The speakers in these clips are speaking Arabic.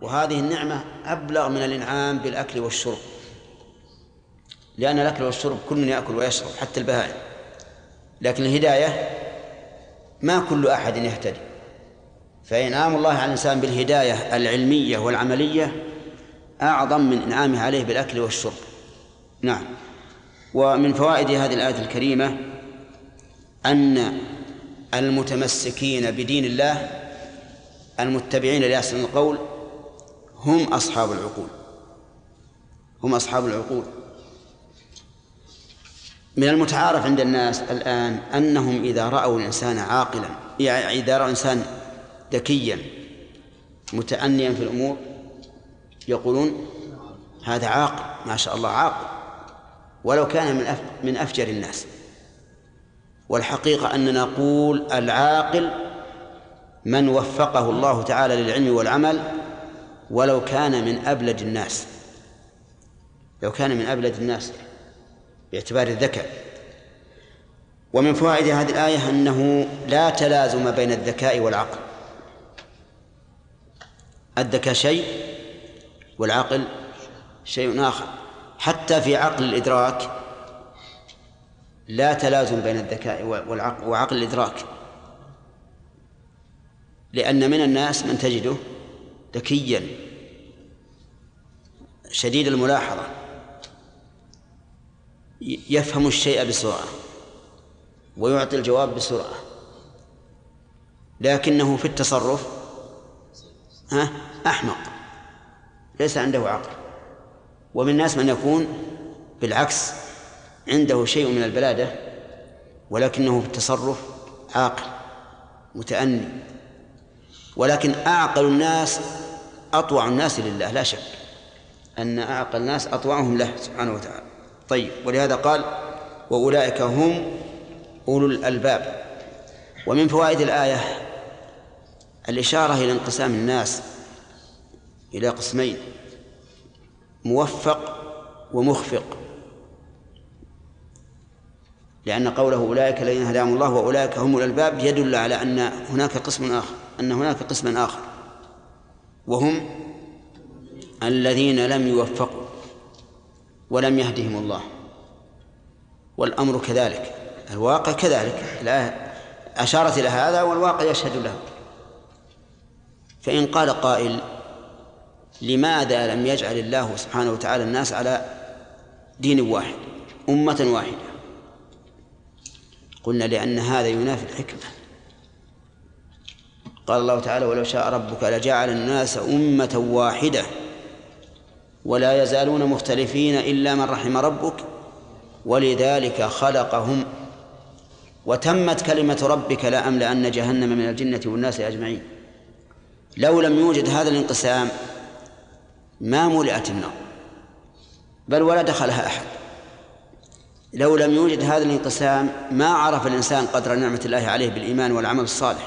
وهذه النعمة أبلغ من الإنعام بالأكل والشرب، لأن الأكل والشرب كل يأكل ويشرب حتى البهائم، لكن الهداية ما كل أحد يهتدي، فإنعام الله على الإنسان بالهداية العلمية والعملية أعظم من إنعامه عليه بالأكل والشرب. نعم. ومن فوائد هذه الآية الكريمة أن المتمسكين بدين الله المتبعين لأحسن القول هم أصحاب العقول، هم أصحاب العقول. من المتعارف عند الناس الآن أنهم إذا رأوا الإنسان عاقلا، يعني إذا رأوا إنسان ذكيا متأنيا في الأمور يقولون هذا عاقل، ما شاء الله عاقل، ولو كان من أفجر الناس. والحقيقة أننا نقول العاقل من وفقه الله تعالى للعلم والعمل ولو كان من أبلد الناس، لو كان من أبلد الناس باعتبار الذكاء. ومن فوائد هذه الآية أنه لا تلازم بين الذكاء والعقل، الذكاء شيء والعقل شيء آخر. حتى في عقل الإدراك لا تلازم بين الذكاء وعقل الإدراك، لأن من الناس من تجده ذكيا شديد الملاحظة، يفهم الشيء بسرعة ويعطي الجواب بسرعة، لكنه في التصرف أحمق، ليس عنده عقل. ومن الناس من يكون بالعكس عنده شيء من البلادة ولكنه في التصرف عاقل متأني. ولكن أعقل الناس أطوع الناس لله، لا شك أن أعقل الناس أطوعهم له سبحانه وتعالى. طيب، ولهذا قال وأولئك هم أولو الألباب. ومن فوائد الآية الإشارة إلى انقسام الناس إلى قسمين، موفق ومخفق، لأن قوله أولئك الذين هداهم الله وأولئك هم الألباب يدل على أن هناك قسما آخر وهم الذين لم يوفقوا ولم يهدهم الله. والأمر كذلك، الواقع كذلك، الآية أشارت إلى هذا والواقع يشهد له. فإن قال قائل لماذا لم يجعل الله سبحانه وتعالى الناس على دين واحد أمة واحدة؟ قلنا لأن هذا ينافي الحكمة. قال الله تعالى ولو شاء ربك لجعل الناس أمة واحدة ولا يزالون مختلفين إلا من رحم ربك ولذلك خلقهم وتمت كلمة ربك لأملأن جهنم من الجنة والناس أجمعين. لو لم يوجد هذا الانقسام ما ملئت النار بل ولا دخلها أحد. لو لم يوجد هذا الانقسام ما عرف الإنسان قدر نعمة الله عليه بالإيمان والعمل الصالح.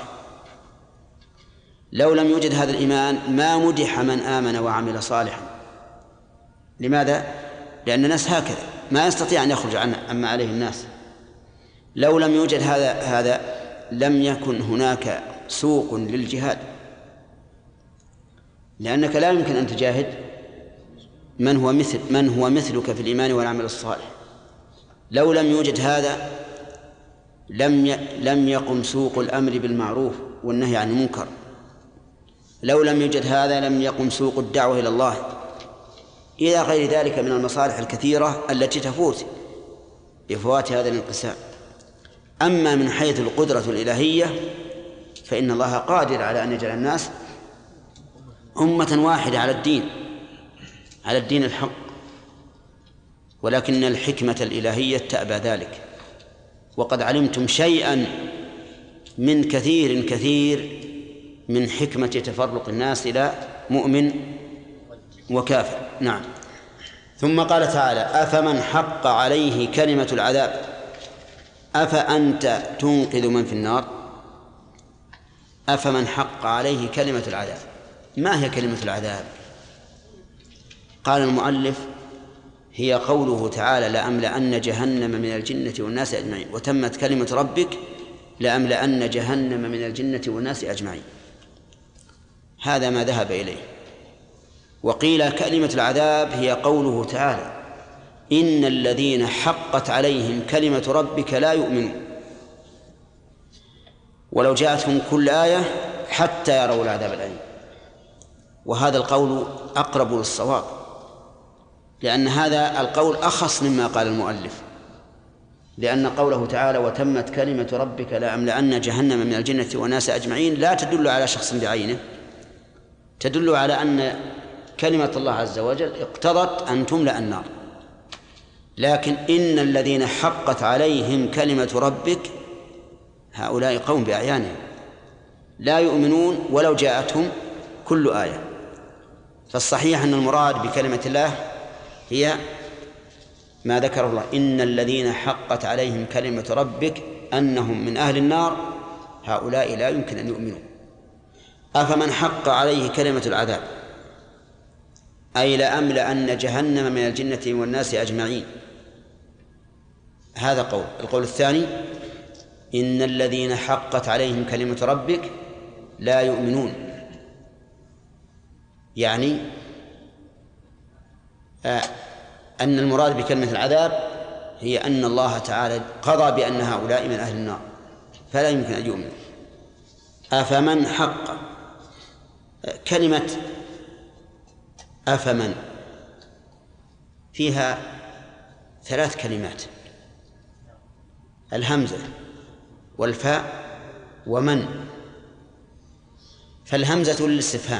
لو لم يوجد هذا الإيمان ما مدح من آمن وعمل صالحا. لماذا؟ لأن الناس هكذا ما يستطيع أن يخرج عما عليه الناس. لو لم يوجد هذا لم يكن هناك سوق للجهاد، لأنك لا يمكن أن تجاهد من هو مثلك في الإيمان والعمل الصالح. لو لم يوجد هذا لم يقم سوق الأمر بالمعروف والنهي عن المنكر. لو لم يوجد هذا لم يقم سوق الدعوة إلى الله، إلى غير ذلك من المصالح الكثيرة التي تفوت بفوات هذا الانقسام. أما من حيث القدرة الإلهية فإن الله قادر على أن يجعل الناس أمة واحدة على الدين الحق، ولكن الحكمة الإلهية تأبى ذلك. وقد علمتم شيئا من كثير من حكمة تفرق الناس إلى مؤمن وكافر. نعم. ثم قال تعالى أفمن حق عليه كلمة العذاب أفأنت تنقذ من في النار. أفمن حق عليه كلمة العذاب، ما هي كلمة العذاب؟ قال المؤلف هي قوله تعالى لأملأن جهنم من الجنة والناس أجمعين، وتمت كلمة ربك لأملأن جهنم من الجنة والناس أجمعين. هذا ما ذهب إليه وقيل كلمة العذاب هي قوله تعالى: إن الذين حقت عليهم كلمة ربك لا يؤمنون ولو جاءتهم كل آية حتى يروا العذاب الأليم. وهذا القول أقرب للصواب، لأن هذا القول أخص مما قال المؤلف، لأن قوله تعالى: وتمت كلمة ربك لأملأن جهنم من الجنة والناس أجمعين، لا تدل على شخص بعينه، تدل على أن كلمة الله عز وجل اقتضت أن تملأ النار. لكن إن الذين حقت عليهم كلمة ربك هؤلاء قوم بأعيانهم لا يؤمنون ولو جاءتهم كل آية. فالصحيح أن المراد بكلمة الله هي ما ذكره الله: إن الذين حقت عليهم كلمة ربك أنهم من أهل النار هؤلاء لا يمكن أن يؤمنوا. أفمن حق عليه كلمة العذاب أي لأملأن جهنم من الجنة والناس أجمعين، هذا قول. القول الثاني: إن الذين حقت عليهم كلمة ربك لا يؤمنون، يعني أن المراد بكلمة العذاب هي أن الله تعالى قضى بأن هؤلاء من أهل النار فلا يمكن أن يؤمنوا. أفمن حق، كلمة أفمن فيها 3 كلمات: الهمزة والفاء ومن. فالهمزة للاستفهام،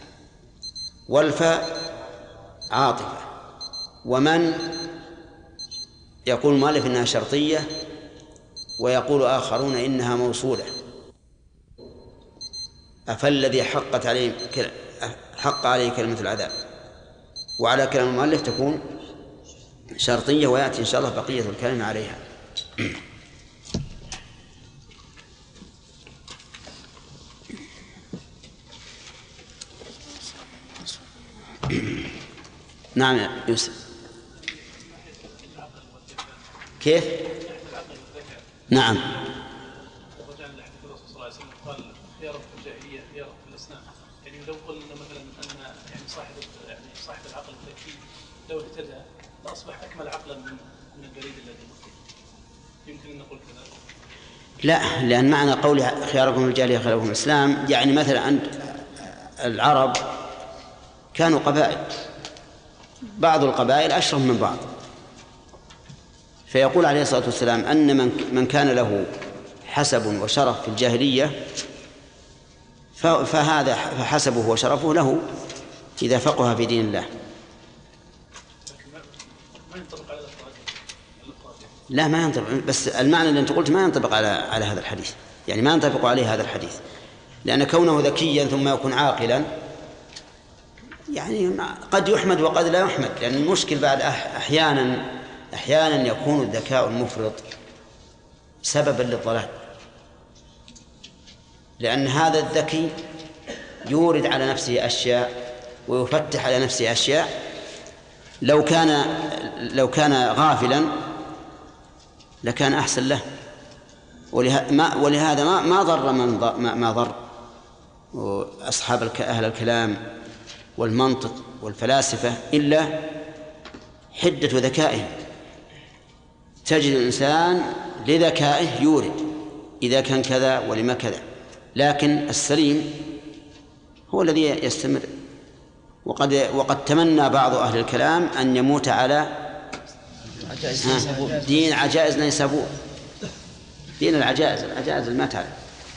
والفاء عاطفة، ومن يقول المؤلف إنها شرطية، ويقول آخرون إنها موصولة. أفالذي حق عليه كلمة العذاب، وعلى كلام المؤلف تكون شرطية، ويأتي إن شاء الله بقية الكلام عليها. نعم يا يوسف. كيف؟ نعم. قال خيار في الجاهلية خيار في الإسلام، يعني لو قلنا مثلا أن يعني صاحب العقل الذكي لو اهتدى لأصبح أكمل عقلا من البريد الذي يمكن أن نقول كذا؟ لا، لأن معنى قول خياركم الجاهلية خياركم الإسلام يعني مثلا أنت العرب كانوا قبائل، بعض القبائل أشرف من بعض، فيقول عليه الصلاة والسلام أن من كان له حسب وشرف في الجاهلية فهذا فحسبه وشرفه له إذا فقه في دين الله. لا، ما ينطبق، بس المعنى اللي أنت قلت ما ينطبق على هذا الحديث، يعني ما ينطبق عليه هذا الحديث، لأن كونه ذكيا ثم يكون عاقلا يعني قد يحمد وقد لا يحمد، لأن المشكل بعد أحيانا يكون الذكاء المفرط سببا للضلال، لأن هذا الذكي يورد على نفسه أشياء ويفتح على نفسه أشياء لو كان غافلا لكان أحسن له. ولهذا ما ضر ما ضر أصحاب أهل الكلام والمنطق والفلاسفة إلا حدة ذكائهم. تجد الإنسان لذكائه يورد إذا كان كذا ولما كذا، لكن السليم هو الذي يستمر. وقد تمنى بعض أهل الكلام أن يموت على دين عجائز نيسابور، دين العجائز اللي ما تعرف.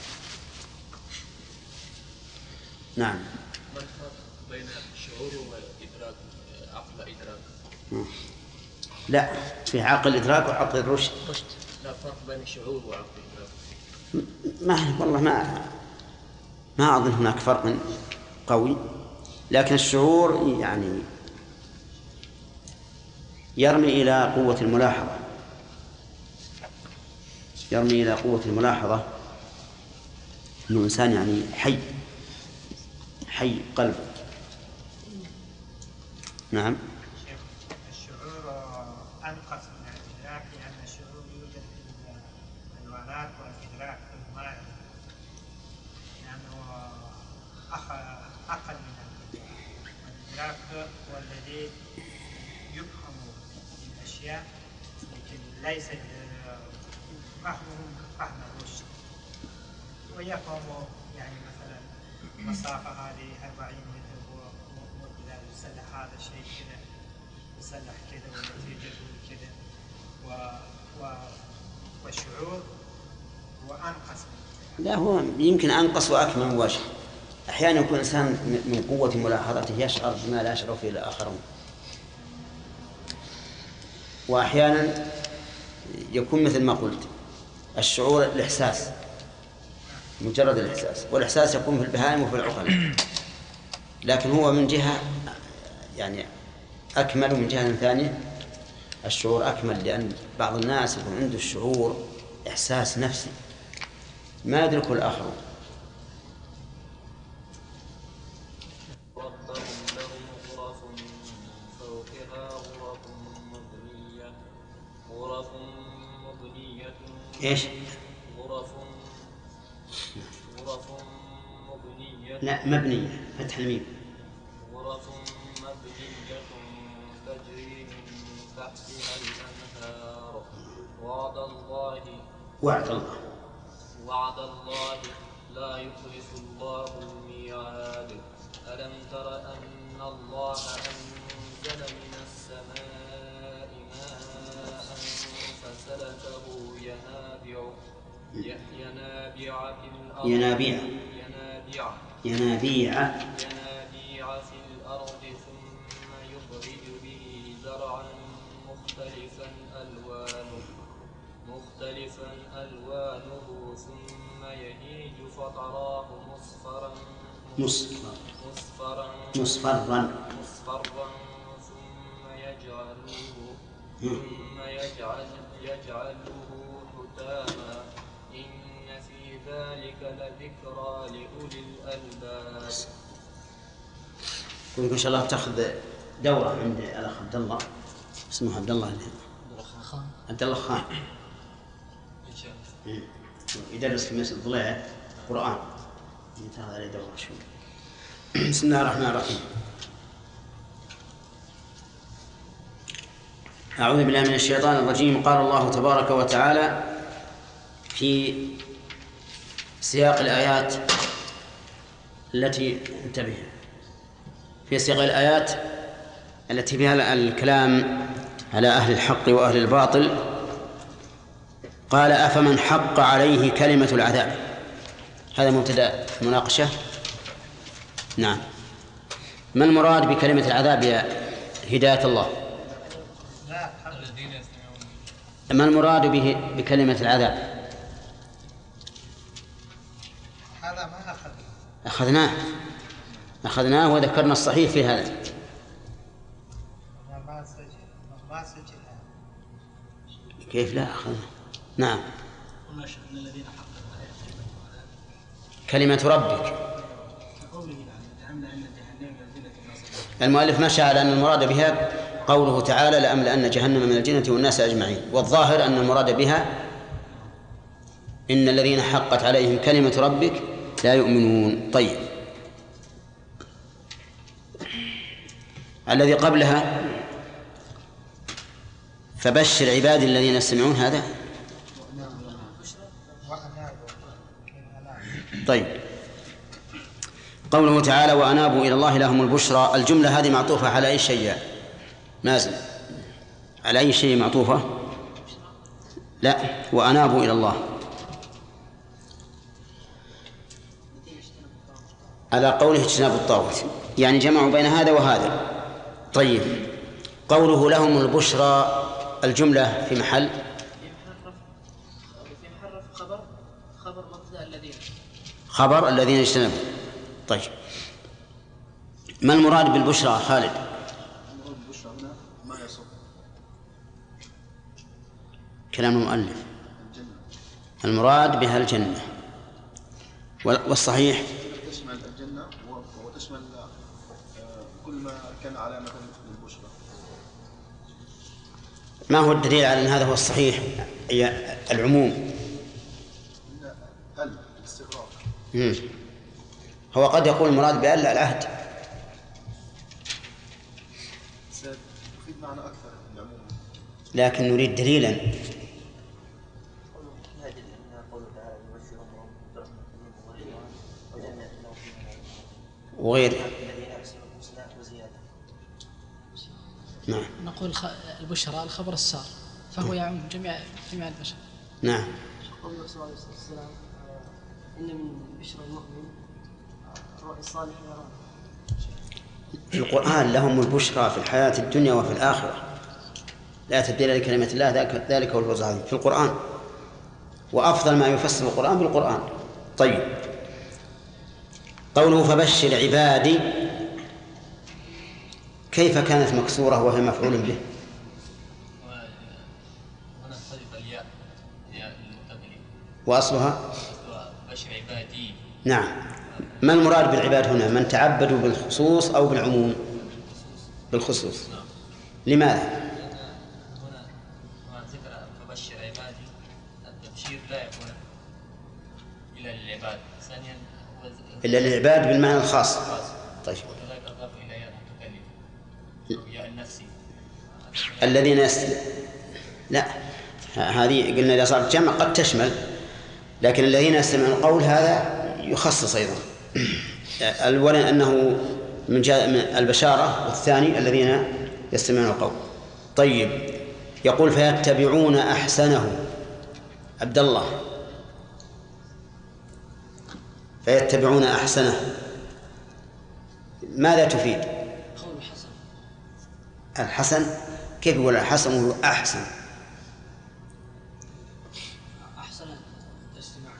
نعم. ما الفرق بين الشعور والإدراك، عقل إدراك؟ لا، في عقل إدراك وعقل الرشد. لا فرق بين الشعور وعقل الإدراك. والله ما أظن هناك فرق قوي، لكن الشعور يعني يرمي إلى قوة الملاحظة، إنه إنسان يعني حي قلبه. نعم. الشعور أنقص من الإدراك، لأن الشعور يوجد في الولاء والإدراك في الماء، لأنه أقل من الإدراك ويقوم يعني مثلا المسافة هذه 40 متر وكذا يسلح هذا الشيء كذا يسلح كذا ونتيجته كذا والشعور وأنقص. لا، هو يمكن أنقص وأكمل من وجه. أحيانا يكون الإنسان من قوة ملاحظته يشعر بما لا يشعر فيه الآخرون، وأحيانا يكون مثل ما قلت الشعور الإحساس، مجرد الإحساس، والإحساس يكون في البهائم وفي العقل، لكن هو من جهة يعني أكمل، ومن جهة ثانية الشعور أكمل، لأن بعض الناس يكون عنده الشعور إحساس نفسي ما يدركه الآخرون. إيش؟ غرف مبنية. لا، مبنية، فتح الميم. غرف مبنية تجري من تحتها الأنهار. وعد الله لا يخلف الله الميعاد. ألم تر أن الله أنزل من السماء ماء فسلكه ينابيع في الأرض ثم يخرج به زرعا مختلفا ألوانه ثم يهيج فتراه مصفرا ثم يجعله حتاما. إن في ذلك لذكرى لأولي الألباب. إن شاء الله تأخذ دورة عند الأخ عبد الله، اسمه عبد الله خان، يدرس في مسجد ضليع القرآن، يتاخذ عليه دورة شوي. بسم الله الرحمن الرحيم. أعوذ بالله من الشيطان الرجيم. قال الله تبارك وتعالى في سياق الآيات التي في سياق الآيات التي فيها الكلام على أهل الحق وأهل الباطل، قال أفمن حق عليه كلمة العذاب. هذا مبتدأ مناقشة. نعم، ما المراد بكلمة العذاب يا هداية الله؟ ما المراد به بكلمة العذاب؟ هذا ما أخذناه وذكرنا الصحيح في هذا. كيف لا أخذنا؟ نعم. كلمة ربك. المؤلف مشى على أن المراد بها قوله تعالى لأملأن جهنم من الجنة والناس أجمعين، والظاهر أن المراد بها إن الذين حقت عليهم كلمة ربك لا يؤمنون. طيب، الذي قبلها فبشر عبادي الذين يستمعون، هذا طيب. قوله تعالى وأنابوا إلى الله لهم البشرى، الجملة هذه معطوفة على أي شيء؟ مازن، على أي شيء معطوفة؟ لا، وأنابوا إلى الله على قوله اجتناب الطاغوت، يعني جمعوا بين هذا وهذا. طيب، قوله لهم البشرى، الجملة في محل خبر الذين اجتنبوا. طيب، ما المراد بالبشرى خالد؟ كلام المؤلف المراد بها الجنة، والصحيح تشمل الجنة وتشمل كل ما كان علامة للبشرى. ما هو الدليل على أن هذا هو الصحيح؟ هي العموم. الاستغراق. هو قد يقول المراد بأن العهد، يفيد معنى أكثر من العموم، لكن نريد دليلا. وغيره. نعم. نقول البشرى الخبر السار فهو يعم جميع البشر. نعم. قول الله صلى الله عليه وسلم إن من بشرى المؤمن الرؤيا الصالح يراه. في القرآن لهم البشرى في الحياة الدنيا وفي الآخرة، لا تبديل لكلمة الله، ذلك هو الفوز العظيم في القرآن، وأفضل ما يفسر القرآن بالقرآن. طيب، قوله فبشر عبادي كيف كانت مكسورة وهي مفعول به؟ هنا صرف الياء المتبلي وأصلها بشر عبادي. نعم. ما المراد بالعباد هنا؟ من تعبدوا بالخصوص أو بالعموم؟ بالخصوص. لماذا؟ هنا ذكر فبشر عبادي، التبشير لا يكون إلا للعباد. ثانيا إلا للعباد بالمعنى الخاص. طيب. وكذلك أضاف إلى ياء المتكلم ياء النفسي الذين لا، هذه قلنا إذا صارت جمع قد تشمل، لكن الذين يستمعون القول هذا يخصص أيضا. الأول أنه من البشارة، والثاني الذين يستمعون القول. طيب، يقول فيتبعون أحسنه. عبد الله، فيتبعون أحسنه ماذا تفيد؟ قول الحسن. الحسن كيف يقول الحسن وهو أحسن؟ أحسن الاستماع.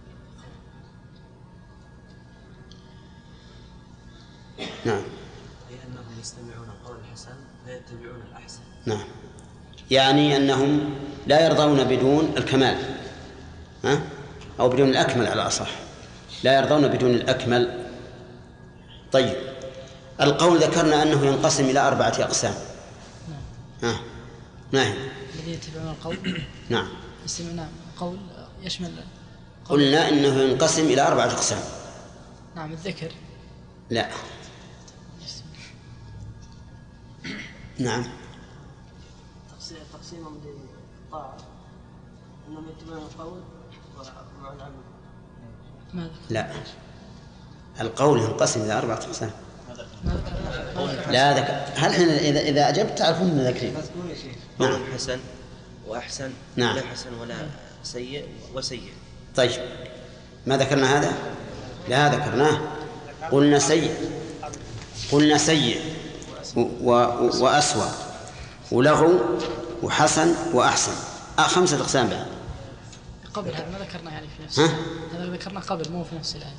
نعم. لأنهم يستمعون قول الحسن فيتبعون الأحسن. نعم، يعني أنهم لا يرضون بدون الكمال، أو بدون الأكمل على أصح، لا يرضون بدون الأكمل. طيب، القول ذكرنا أنه ينقسم إلى 4 أقسام. نعم. الذين يتبعون القول. نعم. يستمعون قول يشمل. قلنا إنه ينقسم إلى 4 أقسام. نعم. الذكر. لا. نعم. تقسيمهم للطاعة أنهم يتبعون القول ومع العمل. لا، القول ينقسم إلى 4 أقسام. لا ذكر. هل احنا إذا أجبت تعرفون من ذكرين؟ نعم. حسن وأحسن. نعم. لا حسن ولا سيء وسيء. طيب، ما ذكرنا هذا؟ لا ذكرناه. قلنا سيء وأسوأ ولغو وحسن وأحسن. 5 أقسام بعد. قبل هذا ما ذكرنا يعني في نفس هذا ذكرنا قبل، مو في نفس الآية.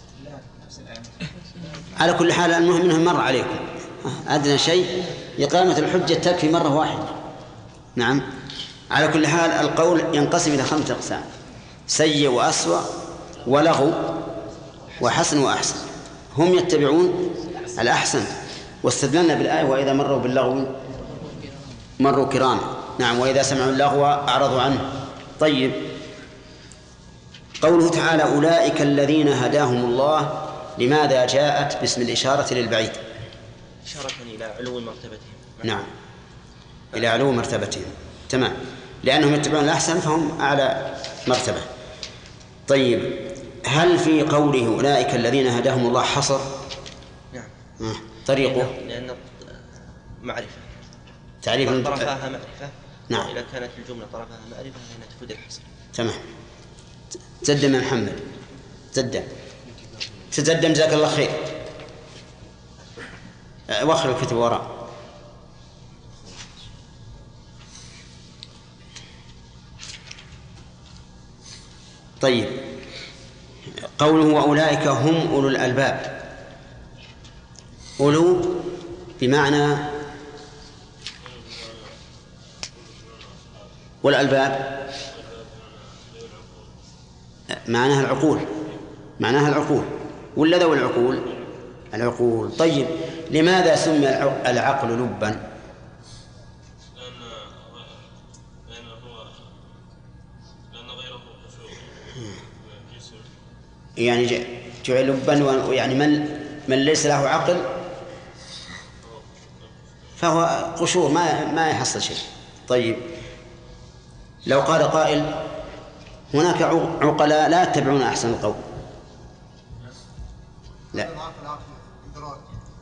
على كل حال المهم منهم مر عليكم أدنى شيء إقامة الحجة تكفي مرة واحدة. نعم. على كل حال القول ينقسم إلى 5 أقسام: سيء وأسوأ ولغو وحسن وأحسن. هم يتبعون الأحسن، واستدلنا بالآية وإذا مروا باللغو مروا كراما. نعم. وإذا سمعوا اللغو أعرضوا عنه. طيب، قوله تعالى أولئك الذين هداهم الله، لماذا جاءت باسم الإشارة للبعيد؟ إشارة إلى علو مرتبتهم. نعم، إلى علو مرتبتهم. تمام، لأنهم يتبعون الأحسن فهم أعلى مرتبة. طيب، هل في قوله أولئك الذين هداهم الله حصر؟ نعم. طريقه لأن معرفة تعريف طرفها معرفة. نعم. إذا كانت الجملة طرفها معرفة فإنها تفيد الحصر. تمام. تقدم يا محمد، تقدم جزاك الله خير. وخر الكتب وراء. طيب، قوله وأولئك هم أولو الألباب. أولو بمعنى والألباب معناها العقول ولا ذوي العقول. طيب، لماذا سمي العقل لبا؟ لأن غيره يعني جعل لبا، يعني من ليس له عقل فهو قشور ما يحصل شيء. طيب، لو قال قائل هناك عقلاء لا يتبعون أحسن القول. لا. العقل إدراك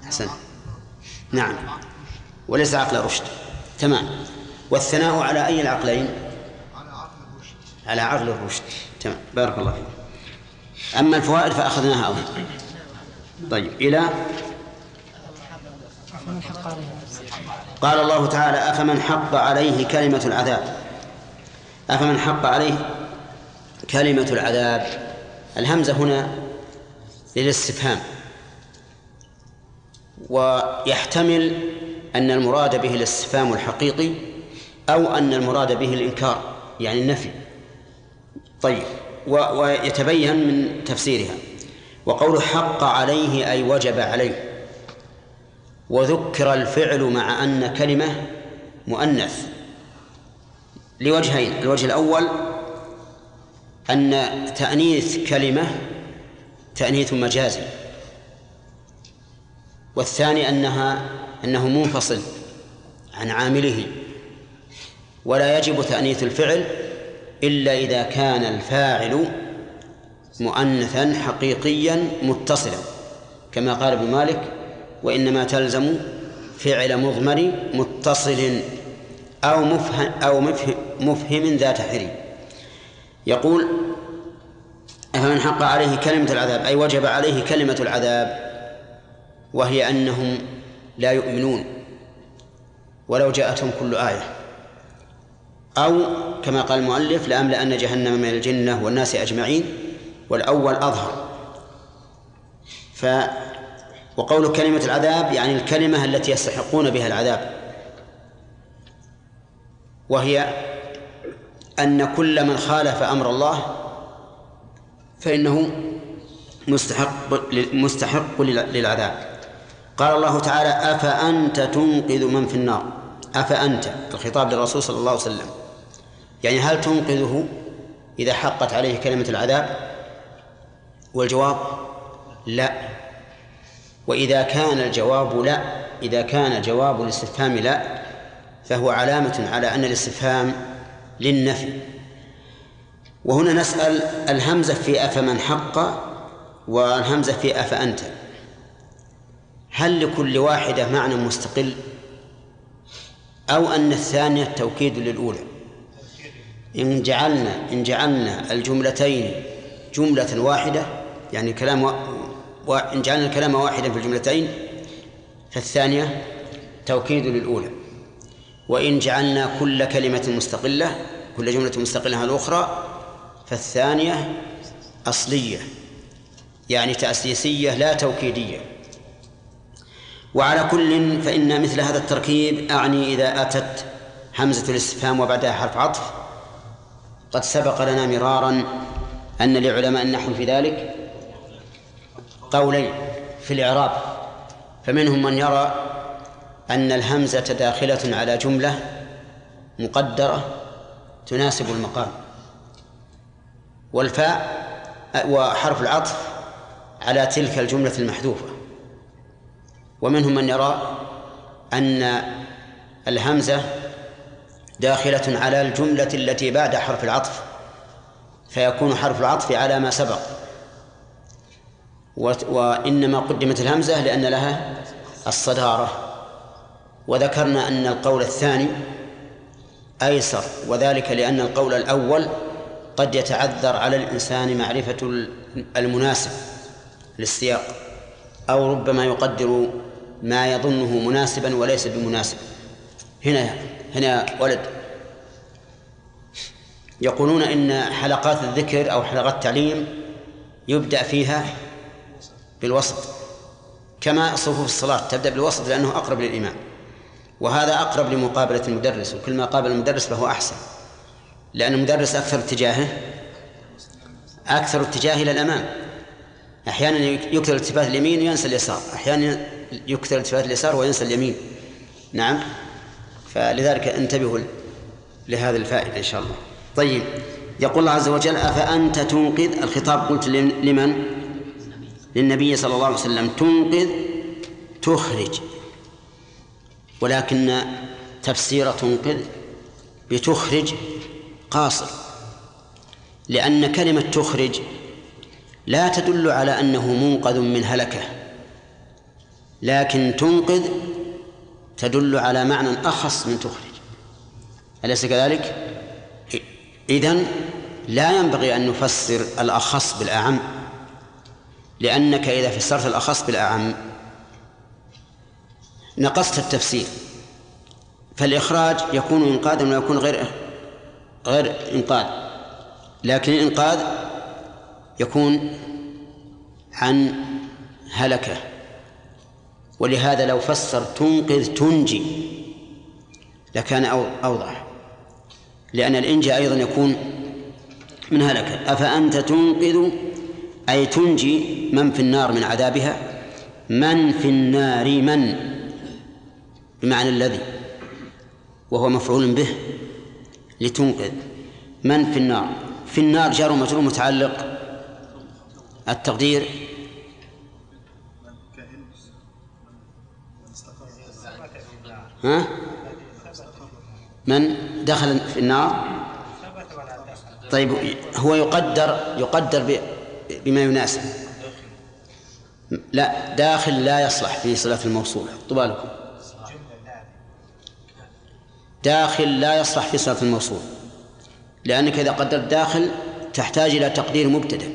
أحسن. نعم، وليس عقل رشد. تمام. والثناء على أي العقلين؟ على عقل الرشد. تمام، بارك الله فيك. أما الفوائد فأخذناها أولا. طيب، إلى قال الله تعالى: أفمن حق عليه كلمة العذاب. أفمن حق عليه كلمة العذاب، الهمزة هنا للاستفهام، ويحتمل أن المراد به الاستفهام الحقيقي أو أن المراد به الإنكار يعني النفي. طيب، ويتبين من تفسيرها. وقول حق عليه أي وجب عليه، وذكر الفعل مع أن كلمة مؤنث لوجهين: الوجه الأول أن تأنيث كلمة تأنيث مجازي، والثاني أنه منفصل عن عامله، ولا يجب تأنيث الفعل إلا إذا كان الفاعل مؤنثا حقيقيا متصلا، كما قال ابن مالك: وإنما تلزم فعل مضمر متصل أو مفهم ذات حري. يقول: أفمن حق عليه كلمة العذاب أي وجب عليه كلمة العذاب، وهي أنهم لا يؤمنون ولو جاءتهم كل آية، أو كما قال المؤلف: لأملأن جهنم من الجنة والناس أجمعين، والأول أظهر. وقول كلمة العذاب يعني الكلمة التي يستحقون بها العذاب، وهي أن كل من خالف أمر الله فإنه مستحق للعذاب. قال الله تعالى: أفأنت تنقذ من في النار. أفأنت، الخطاب للرسول صلى الله عليه وسلم، يعني هل تنقذه إذا حقت عليه كلمة العذاب؟ والجواب لا. وإذا كان الجواب لا، إذا كان جواب الاستفهام لا، فهو علامة على أن الاستفهام للنفي. وهنا نسأل: الهمزة في أفمن حق والهمزة في أفأنت، هل لكل واحدة معنى مستقل، أو أن الثانية توكيد للأولى؟ إن جعلنا الجملتين جملة واحدة، يعني إن جعلنا الكلام واحدا في الجملتين فالثانية توكيد للأولى، وإن جعلنا كل كلمة مستقلة، كل جملة مستقلة عن الأخرى، فالثانية أصلية يعني تأسيسية لا توكيدية. وعلى كل فإن مثل هذا التركيب أعني إذا أتت همزة الاستفهام وبعدها حرف عطف. قد سبق لنا مرارا أن لعلماء النحو في ذلك قولين في الإعراب، فمنهم من يرى أن الهمزة داخلة على جملة مقدرة تناسب المقام، والفاء وحرف العطف على تلك الجملة المحذوفة، ومنهم من يرى أن الهمزة داخلة على الجملة التي بعد حرف العطف، فيكون حرف العطف على ما سبق، وإنما قدمت الهمزة لأن لها الصدارة. وذكرنا أن القول الثاني أيسر، وذلك لأن القول الأول قد يتعذر على الإنسان معرفة المناسب للسياق، أو ربما يقدر ما يظنه مناسبا وليس بمناسب. هنا ولد يقولون إن حلقات الذكر أو حلقات التعليم يبدأ فيها بالوسط، كما صفوف الصلاة تبدأ بالوسط لأنه أقرب للإمام، وهذا أقرب لمقابلة المدرس، وكل ما قابل المدرس فهو أحسن، لأن المدرس أكثر اتجاه إلى الأمام. أحيانا يكثر التفات اليمين وينسى اليسار، أحيانا يكثر التفات اليسار وينسى اليمين. نعم، فلذلك انتبهوا لهذه الفائدة إن شاء الله. طيب، يقول الله عز وجل: أفأنت تنقذ. الخطاب قلت لمن؟ للنبي صلى الله عليه وسلم. تنقذ تخرج، ولكن تفسير تنقذ بتخرج قاصر، لأن كلمة تخرج لا تدل على أنه منقذ من هلكة، لكن تنقذ تدل على معنى أخص من تخرج، أليس كذلك؟ إذن لا ينبغي أن نفسر الأخص بالأعم، لأنك إذا فسرت الأخص بالأعم نقصت التفسير، فالإخراج يكون إنقاذا ويكون غير إنقاذ، لكن الإنقاذ يكون عن هلكة. ولهذا لو فسر تنقذ تنجي لكان أوضح، لأن الإنجاء أيضا يكون من هلكة. أفأنت تنقذ أي تنجي من في النار من عذابها، من في النار من بمعنى الذي، وهو مفعول به لتنقذ. من في النار، في النار جار ومجرور متعلق، التقدير من دخل في النار. طيب هو يقدر بما يناسب. لا، داخل لا يصلح في صلة الموصول، طبعا لكم داخل لا يصلح في صلة الموصول، لأنك إذا قدرت داخل تحتاج إلى تقدير مبتدأ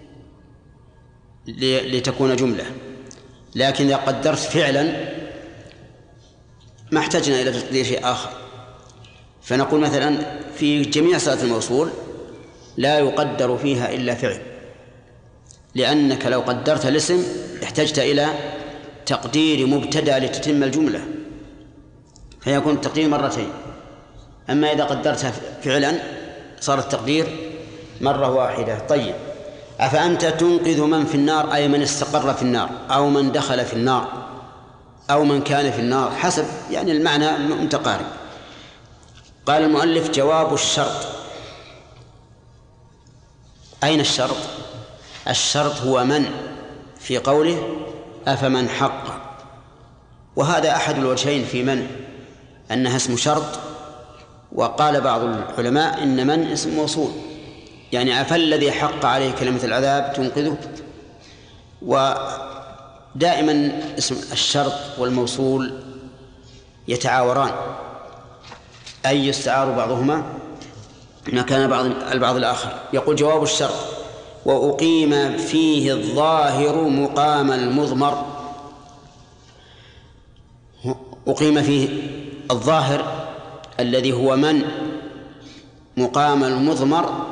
لتكون جملة، لكن إذا قدرت فعلا ما احتاجنا إلى تقدير شيء آخر. فنقول مثلا في جميع صلة الموصول لا يقدر فيها إلا فعل، لأنك لو قدرت الاسم احتجت إلى تقدير مبتدأ لتتم الجملة، فيكون التقدير مرتين. أما إذا قدرتها فعلا صار التقدير مرة واحدة. طيب، أفأنت تنقذ من في النار أي من استقر في النار أو من دخل في النار أو من كان في النار، حسب يعني المعنى متقارب. قال المؤلف جواب الشرط. أين الشرط؟ الشرط هو من في قوله أفمن حق، وهذا أحد الوجهين في من، أنها اسم شرط، وقال بعض العلماء إن من اسم موصول، يعني أفالذي حق عليه كلمة العذاب تنقذه. ودائما اسم الشرط والموصول يتعاوران، أي يستعار بعضهما مكان البعض الآخر. يقول جواب الشرط وأقيم فيه الظاهر مقام المضمر. أقيم فيه الظاهر الذي هو من مقام المضمر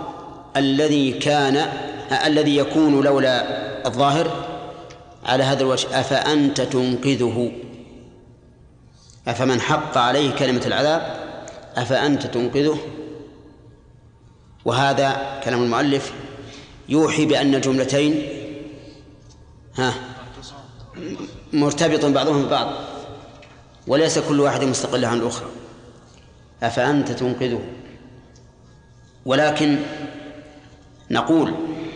الذي يكون لولا الظاهر على هذا الوجه. أفأنت تنقذه، أفمن حق عليه كلمة العذاب أفأنت تنقذه. وهذا كلام المؤلف يوحي بأن الجملتين مرتبط بعضهم ببعض، وليس كل واحد مستقل عن الأخرى. أفأنت تنقذه، ولكن نقول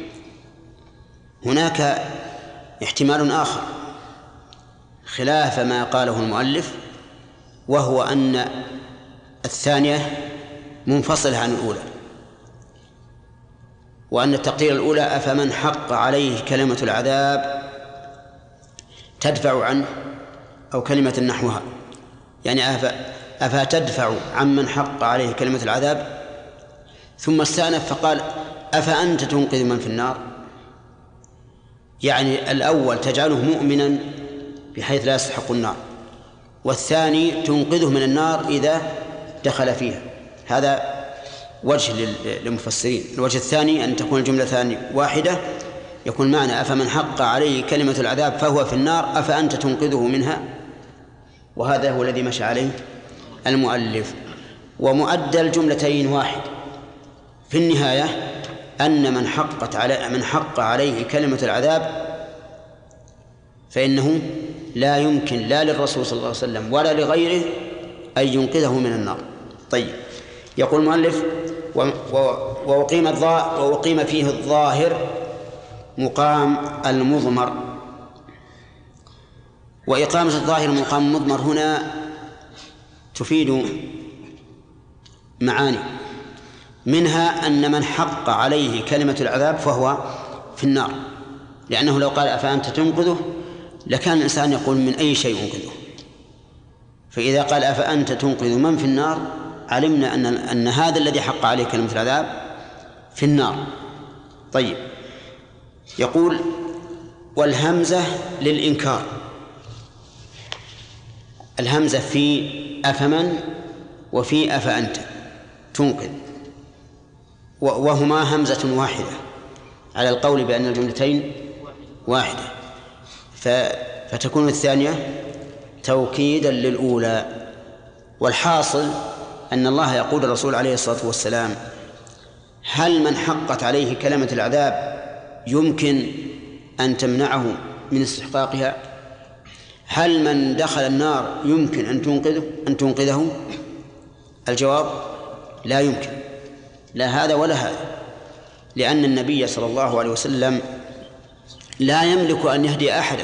هناك احتمال آخر خلاف ما قاله المؤلف، وهو أن الثانية منفصلة عن الأولى، وأن التقدير الأولى أفمن حق عليه كلمة العذاب تدفع عنه، أو كلمة نحوها، يعني أفتدفع عمن حق عليه كلمة العذاب. ثم استأنف فقال أفأنت تنقذ من في النار، يعني الأول تجعله مؤمنا بحيث لا يستحق النار، والثاني تنقذه من النار إذا دخل فيها. هذا وجه للمفسرين. الوجه الثاني أن تكون الجملة ثانية واحدة، يكون معنى أفمن حق عليه كلمة العذاب فهو في النار أفأنت تنقذه منها، وهذا هو الذي مشى عليه المؤلف. ومؤدى الجملتين واحد في النهاية، أن من حق عليه كلمة العذاب فإنه لا يمكن لا للرسول صلى الله عليه وسلم ولا لغيره أن ينقذه من النار. طيب، يقول المؤلف وأقيم فيه الظاهر مقام المضمر. وإقامة الظاهر مقام المضمر هنا تفيد معاني، منها أن من حق عليه كلمة العذاب فهو في النار، لأنه لو قال أفأنت تنقذه لكان الإنسان يقول من أي شيء أنقذه. فإذا قال أفأنت تنقذ من في النار علمنا أن هذا الذي حق عليه كلمة العذاب في النار. طيب، يقول والهمزة للإنكار، الهمزة في أفمن وفي أفأنت تنقذ، وهما همزة واحدة على القول بأن الجملتين واحدة، فتكون الثانية توكيدا للأولى. والحاصل أن الله يقول الرسول عليه الصلاة والسلام: هل من حقت عليه كلمة العذاب يمكن أن تمنعه من استحقاقها؟ هل من دخل النار يمكن أن تنقذه؟ الجواب: لا يمكن، لا هذا ولا هذا، لأن النبي صلى الله عليه وسلم لا يملك أن يهدي أحدا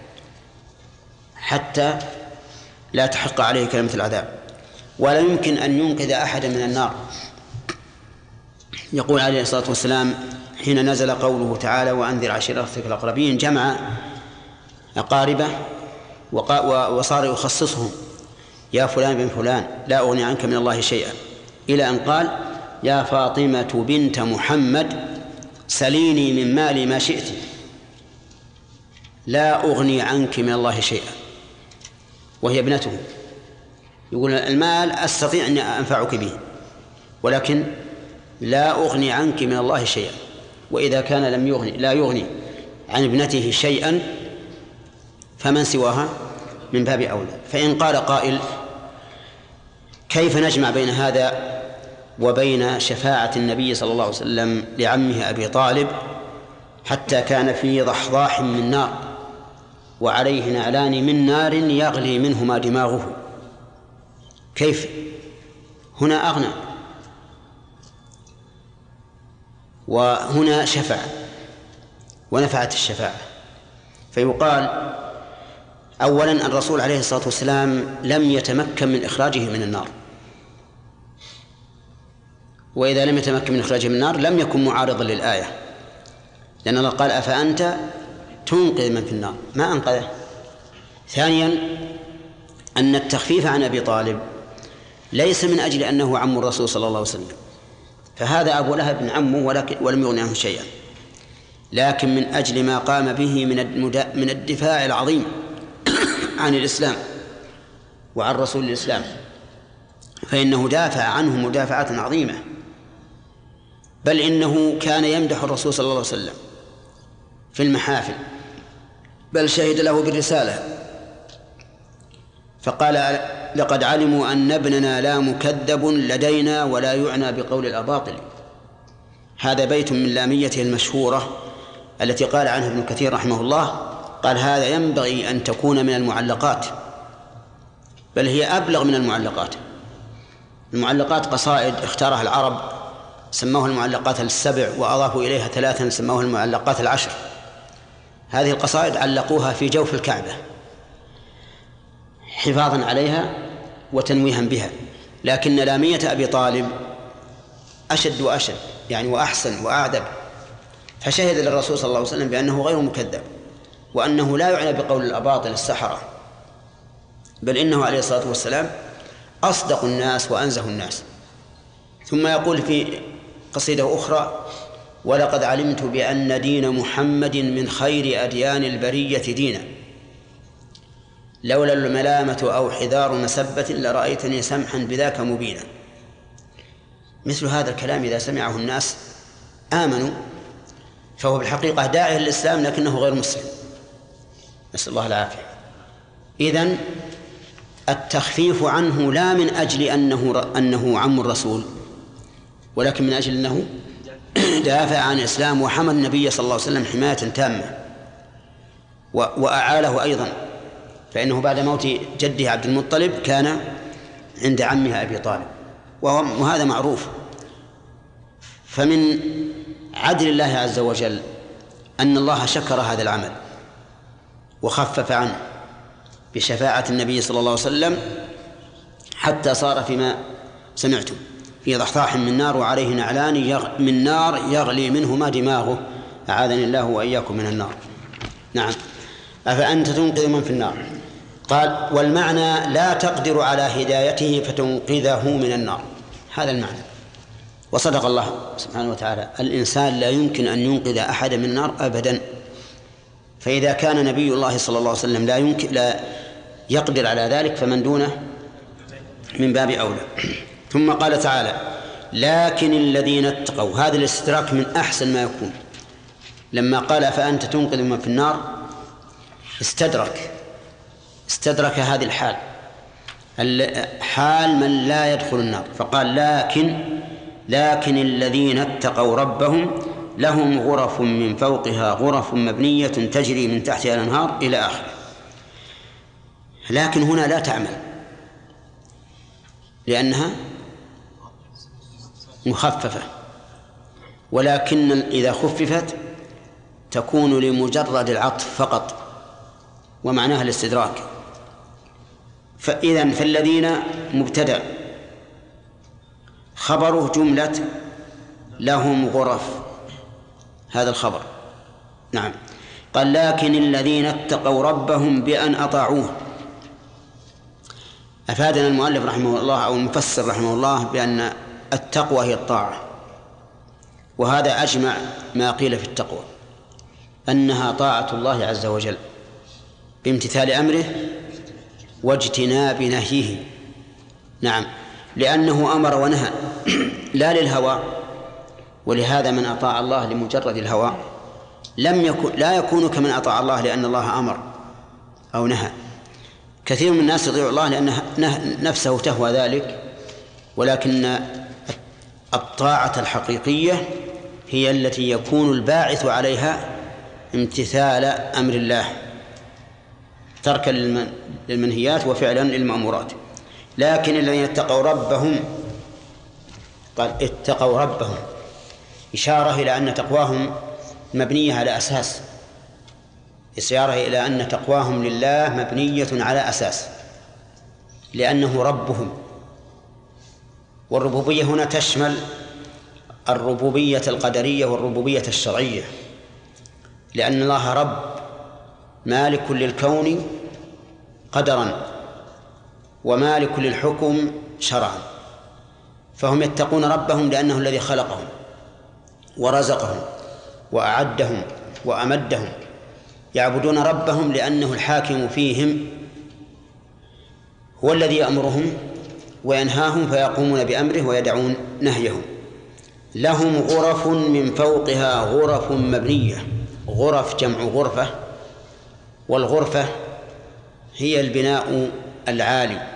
حتى لا تحق عليه كلمة العذاب، ولا يمكن أن ينقذ أحدا من النار. يقول عليه الصلاة والسلام حين نزل قوله تعالى: وأنذر عشيرتك الأقربين، جمع أقاربه وصار يخصصهم: يا فلان بن فلان لا أغني عنك من الله شيئا، إلى أن قال: يا فاطمة بنت محمد سليني من مالي ما شئت لا أغني عنك من الله شيئا، وهي ابنته. يقول: المال أستطيع أن أنفعك به، ولكن لا أغني عنك من الله شيئا. وإذا كان لا يغني عن ابنته شيئا فمن سواها من باب أولى. فإن قال قائل: كيف نجمع بين هذا وبين شفاعة النبي صلى الله عليه وسلم لعمه أبي طالب حتى كان في ضحضاح من نار وعليه نعلان من نار يغلي منهما دماغه؟ كيف؟ هنا أغنى وهنا شفع ونفعت الشفاعة. فيقال: أولا الرسول عليه الصلاة والسلام لم يتمكن من إخراجه من النار، وإذا لم يتمكن من إخراجه من النار لم يكن معارضا للآية، لأن الله قال: أفأنت تنقذ من في النار، ما أنقذه. ثانيا أن التخفيف عن أبي طالب ليس من أجل أنه عم الرسول صلى الله عليه وسلم، فهذا أبو لهب بن عمه ولم يغن عنه شيئا، لكن من أجل ما قام به من الدفاع العظيم عن الإسلام وعن رسول الإسلام، فإنه دافع عنه مدافعة عظيمة، بل إنه كان يمدح الرسول صلى الله عليه وسلم في المحافل، بل شهد له بالرسالة فقال: لقد علموا أن ابننا لا مكذب لدينا ولا يعنى بقول الأباطل. هذا بيت من لاميته المشهورة التي قال عنها ابن كثير رحمه الله، قال: هذا ينبغي أن تكون من المعلقات، بل هي أبلغ من المعلقات. المعلقات قصائد اختارها العرب سموها المعلقات السبع، وأضافوا إليها 3 سموها المعلقات 10. هذه القصائد علقوها في جوف الكعبة حفاظا عليها وتنويها بها، لكن لامية أبي طالب أشد وأشد يعني وأحسن وأعذب، فشهد للرسول صلى الله عليه وسلم بأنه غير مكذب وأنه لا يعنى بقول الأباطل السحرة، بل إنه عليه الصلاة والسلام أصدق الناس وأنزه الناس. ثم يقول في قصيدة أخرى: ولقد علمت بأن دين محمد من خير أديان البرية دينا، لولا الملامة أو حذار مسبة لرأيتني سمحا بذاك مبينا. مثل هذا الكلام إذا سمعه الناس آمنوا، فهو بالحقيقة داعي للإسلام لكنه غير مسلم، نسأل الله العافية. إذن التخفيف عنه لا من أجل أنه عم الرسول، ولكن من أجل أنه دافع عن الإسلام وحمى النبي صلى الله عليه وسلم حماية تامة وأعاله أيضا، فإنه بعد موت جده عبد المطلب كان عند عمها أبي طالب، وهذا معروف. فمن عدل الله عز وجل أن الله شكر هذا العمل وخفف عنه بشفاعة النبي صلى الله عليه وسلم، حتى صار فيما سمعتم في ضحضاح من نار وعليه نعلان من نار يغلي منهما دماغه، أعاذني الله وإياكم من النار. نعم. أفأنت تنقذ من في النار. قال والمعنى لا تقدر على هدايته فتنقذه من النار، هذا المعنى. وصدق الله سبحانه وتعالى، الإنسان لا يمكن أن ينقذ أحد من النار أبدا، فإذا كان نبي الله صلى الله عليه وسلم لا يقدر على ذلك فمن دونه من باب أولى. ثم قال تعالى لكن الذين اتقوا، هذا الاستدراك من أحسن ما يكون. لما قال فأنت تنقذ من في النار استدرك هذه الحال، حال من لا يدخل النار، فقال لكن الذين اتقوا ربهم لهم غرف من فوقها غرف مبنية تجري من تحتها الأنهار إلى آخره. لكن هنا لا تعمل لأنها مخففة، ولكن إذا خففت تكون لمجرد العطف فقط ومعناها الاستدراك. فالذين مبتدأ خبره جملة لهم غرف، هذا الخبر. نعم. قال لكن الذين اتقوا ربهم بأن أطاعوه. أفادنا المؤلف رحمه الله أو المفسر رحمه الله بأن التقوى هي الطاعة، وهذا أجمع ما قيل في التقوى، أنها طاعة الله عز وجل بامتثال أمره واجتناب نهيه. نعم، لأنه أمر ونهى لا للهوى، ولهذا من أطاع الله لمجرد الهوى لا يكون كمن أطاع الله لأن الله أمر أو نهى. كثير من الناس يطيع الله لأن نفسه تهوى ذلك، ولكن الطاعة الحقيقية هي التي يكون الباعث عليها امتثال أمر الله، تركا للمنهيات وفعلا للمأمورات. لكن الذين اتقوا ربهم، قال اتقوا ربهم، إشارة إلى أن تقواهم مبنية على أساس، إشارة إلى أن تقواهم لله مبنية على أساس، لأنه ربهم. والربوبية هنا تشمل الربوبية القدرية والربوبية الشرعية، لأن الله رب مالك للكون قدرا ومالك للحكم شرعا، فهم يتقون ربهم لأنه الذي خلقهم ورزقهم وأعدهم وأمدهم، يعبدون ربهم لأنه الحاكم فيهم، هو الذي يأمرهم وينهاهم فيقومون بأمره ويدعون نهيهم. لهم غرف من فوقها غرف مبنية. غرف جمع غرفة، والغرفة هي البناء العالي.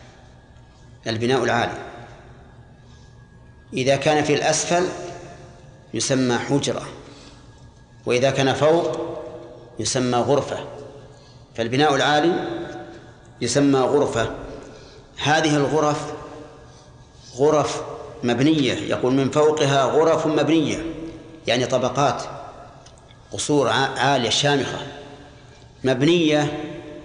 إذا كان في الأسفل يسمى حجرة، وإذا كان فوق يسمى غرفة، فالبناء العالي يسمى غرفة. هذه الغرف غرف مبنية، يقول من فوقها غرف مبنية، يعني طبقات، قصور عالية شامخة مبنية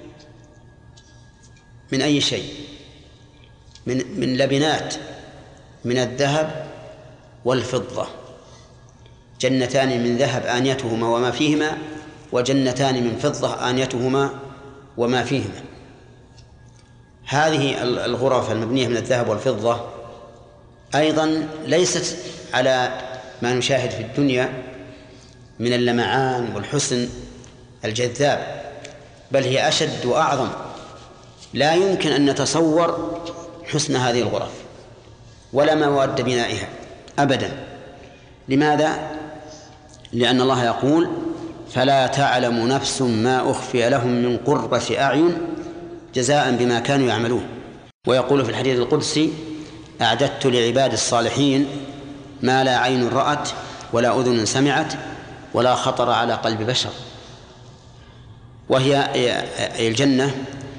من أي شيء؟ من لبنات من الذهب والفضة، جنتان من ذهب آنيتهما وما فيهما، وجنتان من فضة آنيتهما وما فيهما. هذه الغرف المبنية من الذهب والفضة أيضا ليست على ما نشاهد في الدنيا من اللمعان والحسن الجذاب، بل هي أشد وأعظم. لا يمكن أن نتصور حسن هذه الغرف ولا مواد بنائها أبدا. لماذا؟ لأن الله يقول فلا تعلم نفس ما أخفي لهم من قرة أعين جزاء بما كانوا يعملون. ويقول في الحديث القدسي أعددت لعباد الصالحين ما لا عين رأت ولا أذن سمعت ولا خطر على قلب بشر. وهي الجنة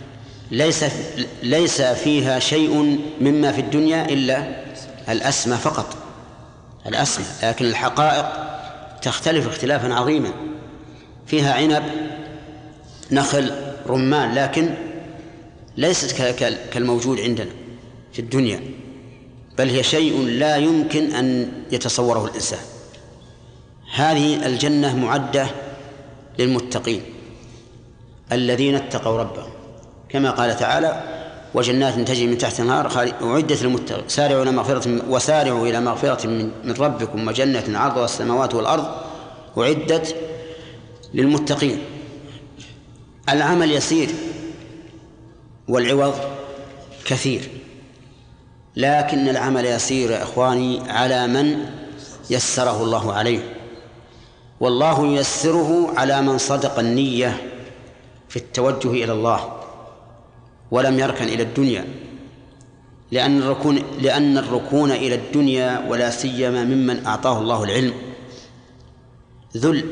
ليس فيها شيء مما في الدنيا إلا الأسمى فقط، الأسمى، لكن الحقائق تختلف اختلافا عظيما. فيها عنب، نخل، رمان، لكن ليست كالموجود عندنا في الدنيا، بل هي شيء لا يمكن أن يتصوره الإنسان. هذه الجنة معدة للمتقين. الذين اتقوا ربهم، كما قال تعالى: وجنات تجري من تحت الأنهار أعدت للمتقين وسارعوا إلى مغفرة من ربكم وجنة عرضها السماوات والأرض أعدت للمتقين. العمل يسير والعوض كثير، لكن العمل يسير يا إخواني على من يسره الله عليه، والله ييسره على من صدق النية في التوجه إلى الله ولم يركن إلى الدنيا، لأن الركون إلى الدنيا ولا سيما ممن أعطاه الله العلم ذل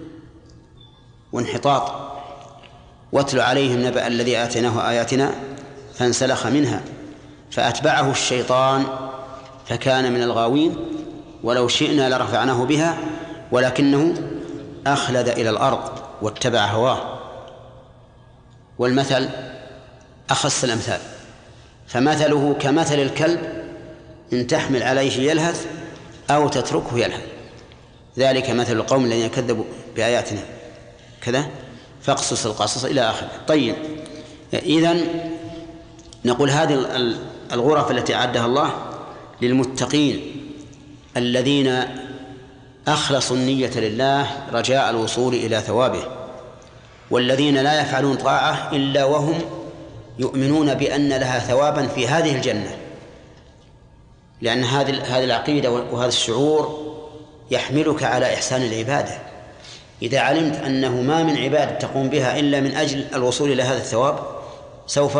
وانحطاط. واتل عليهم نبأ الذي آتيناه آياتنا فانسلخ منها فأتبعه الشيطان فكان من الغاوين ولو شئنا لرفعناه بها ولكنه أخلد إلى الأرض واتبع هواه. والمثل أخص الأمثال، فمثله كمثل الكلب إن تحمل عليه يلهث أو تتركه يلهث، ذلك مثل القوم الذين كذبوا بآياتنا كذا فاقصص القصص إلى آخره. طيب، إذن نقول هذه الغرف التي أعدها الله للمتقين الذين أخلصوا النية لله رجاء الوصول إلى ثوابه، والذين لا يفعلون طاعة إلا وهم يؤمنون بأن لها ثوابا في هذه الجنة، لأن هذه العقيدة وهذا الشعور يحملك على إحسان العبادة. إذا علمت أنه ما من عبادة تقوم بها إلا من أجل الوصول إلى هذا الثواب سوف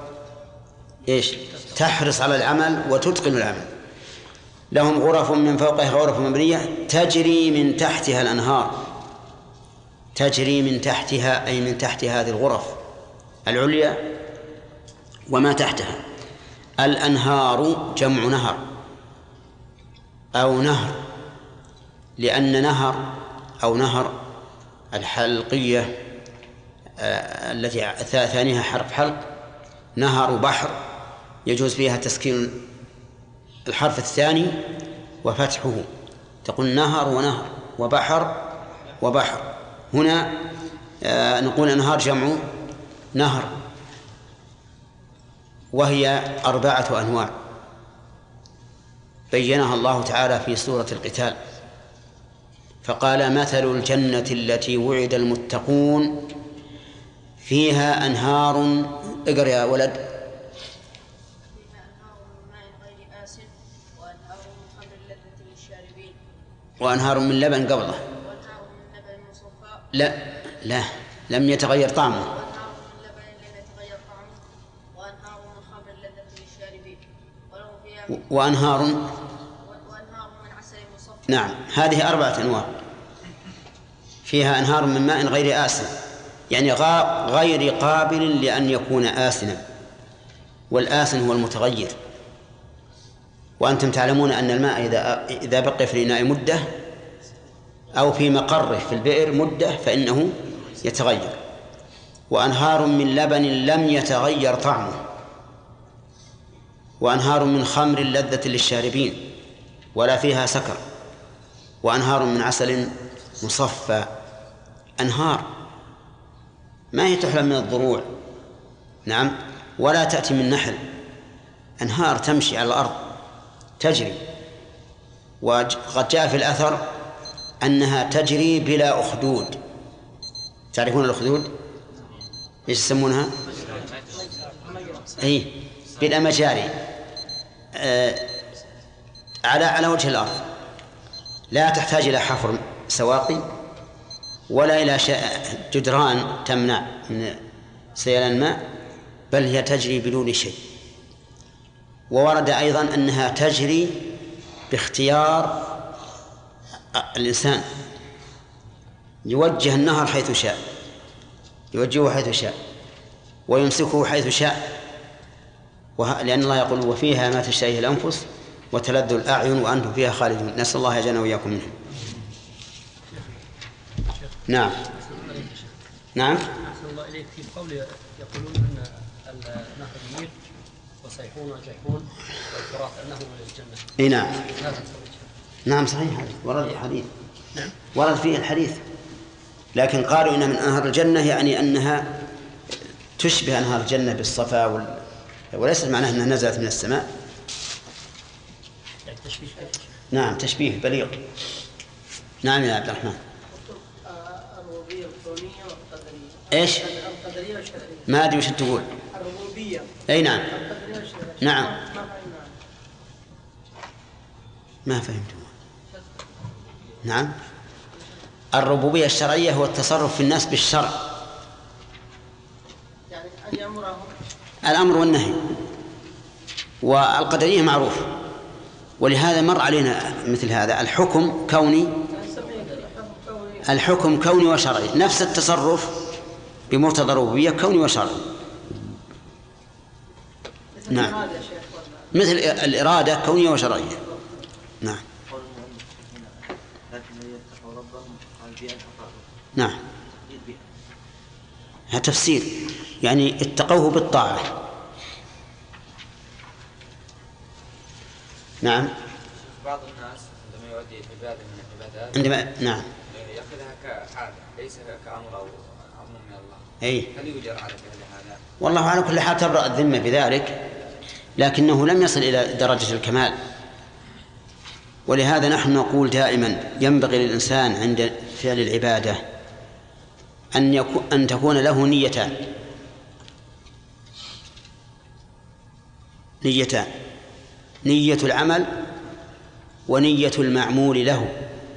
تحرص على العمل وتتقن العمل. لهم غرف من فوقها غرف مبنية تجري من تحتها الأنهار، تجري من تحتها أي من تحت هذه الغرف العليا وما تحتها. الأنهار جمع نهر أو نهر، لأن نهر الحلقية التي ثانيها حرف حلق، نهر وبحر يجوز فيها تسكين الحرف الثاني وفتحه، تقول نهر ونهر وبحر وبحر. هنا نقول أنهار جمع نهر، وهي 4 أنواع بينها الله تعالى في سورة القتال، فقال: مثل الجنة التي وعد المتقون فيها أنهار. اقرأ يا ولد. فيها أنهار من ماء غير آسن وأنهار من خمر لذة للشاربين وأنهار من لبن قبله. وأنهار من لبن مصفى. لا لم يتغير طعمه. وأنهار من لبن لم يتغير طعمه وأنهار من خمر لذة للشاربين ولهم فيها وأنهار من عسل مصفى. نعم، هذه 4 أنواع. فيها أنهار من ماء غير آسن، يعني غير قابل لأن يكون آسنا، والآسن هو المتغير. وأنتم تعلمون أن الماء إذا بقي في الإناء مدة أو في مقره في البئر مدة فإنه يتغير. وأنهار من لبن لم يتغير طعمه، وأنهار من خمر لذة للشاربين ولا فيها سكر، وأنهار من عسل مصفى. أنهار ما هي تحلى من الضروع، نعم، ولا تأتي من نحل، أنهار تمشي على الأرض تجري. وقد جاء في الأثر أنها تجري بلا أخدود. تعرفون الأخدود؟ إيش يسمونها؟ بلا مجاري على وجه الأرض، لا تحتاج إلى حفر سواقي ولا إلى جدران تمنع من سيلان الماء، بل هي تجري بدون شيء. وورد أيضا أنها تجري باختيار الإنسان، يوجه النهر حيث شاء، يوجهه حيث شاء ويمسكه حيث شاء، لأن الله يقول: وفيها ما تشتهيه الأنفس وتلذ الأعين وأنتم فيها خالدون. نسأل الله يجعلنا وإياكم منهم. نعم. أحسن الله إليك. في قول يقولون أن نهر النيل وسيحون وجيحون والفرات أنه من الجنة. نعم. نعم صحيح، ورد الحديث. نعم. ورد فيه الحديث، لكن قالوا إن من أنهار الجنة يعني أنها تشبه أنهار الجنة بالصفا وليس معناه أنها نزلت من السماء. يعني تشبيه كيف؟ نعم تشبيه بليغ. نعم يا عبد الرحمن. الربوبية الكونية والقدرية. إيش؟ القدرية والشرعية. ما أدري وش تقول. الربوبية. أي نعم. القدرية والشرعية. نعم. ما فهمت. نعم. الربوبية الشرعية هو التصرف في الناس بالشرع. يعني أن يأمرهم. الأمر والنهي. والقدرية معروف، ولهذا مر علينا مثل هذا الحكم كوني. الحكم كوني وشرعي، نفس التصرف بمقتضى الربوبية كوني وشرعي. نعم. مثل الإرادة كونية وشرعية. نعم. نعم. هذا تفسير، يعني اتقوه بالطاعة. نعم. بعض الناس عندما يؤدي عبادة من العبادات نعم يأخذها كعادة ليس كأمر أو أمر من الله. أي. هل يوجد على فعل هذا؟ والله على كل حال تبرأ الذمة بذلك، لكنه لم يصل إلى درجة الكمال. ولهذا نحن نقول دائما ينبغي للإنسان عند فعل العبادة أن تكون له نيتان. نية العمل ونية المعمول له.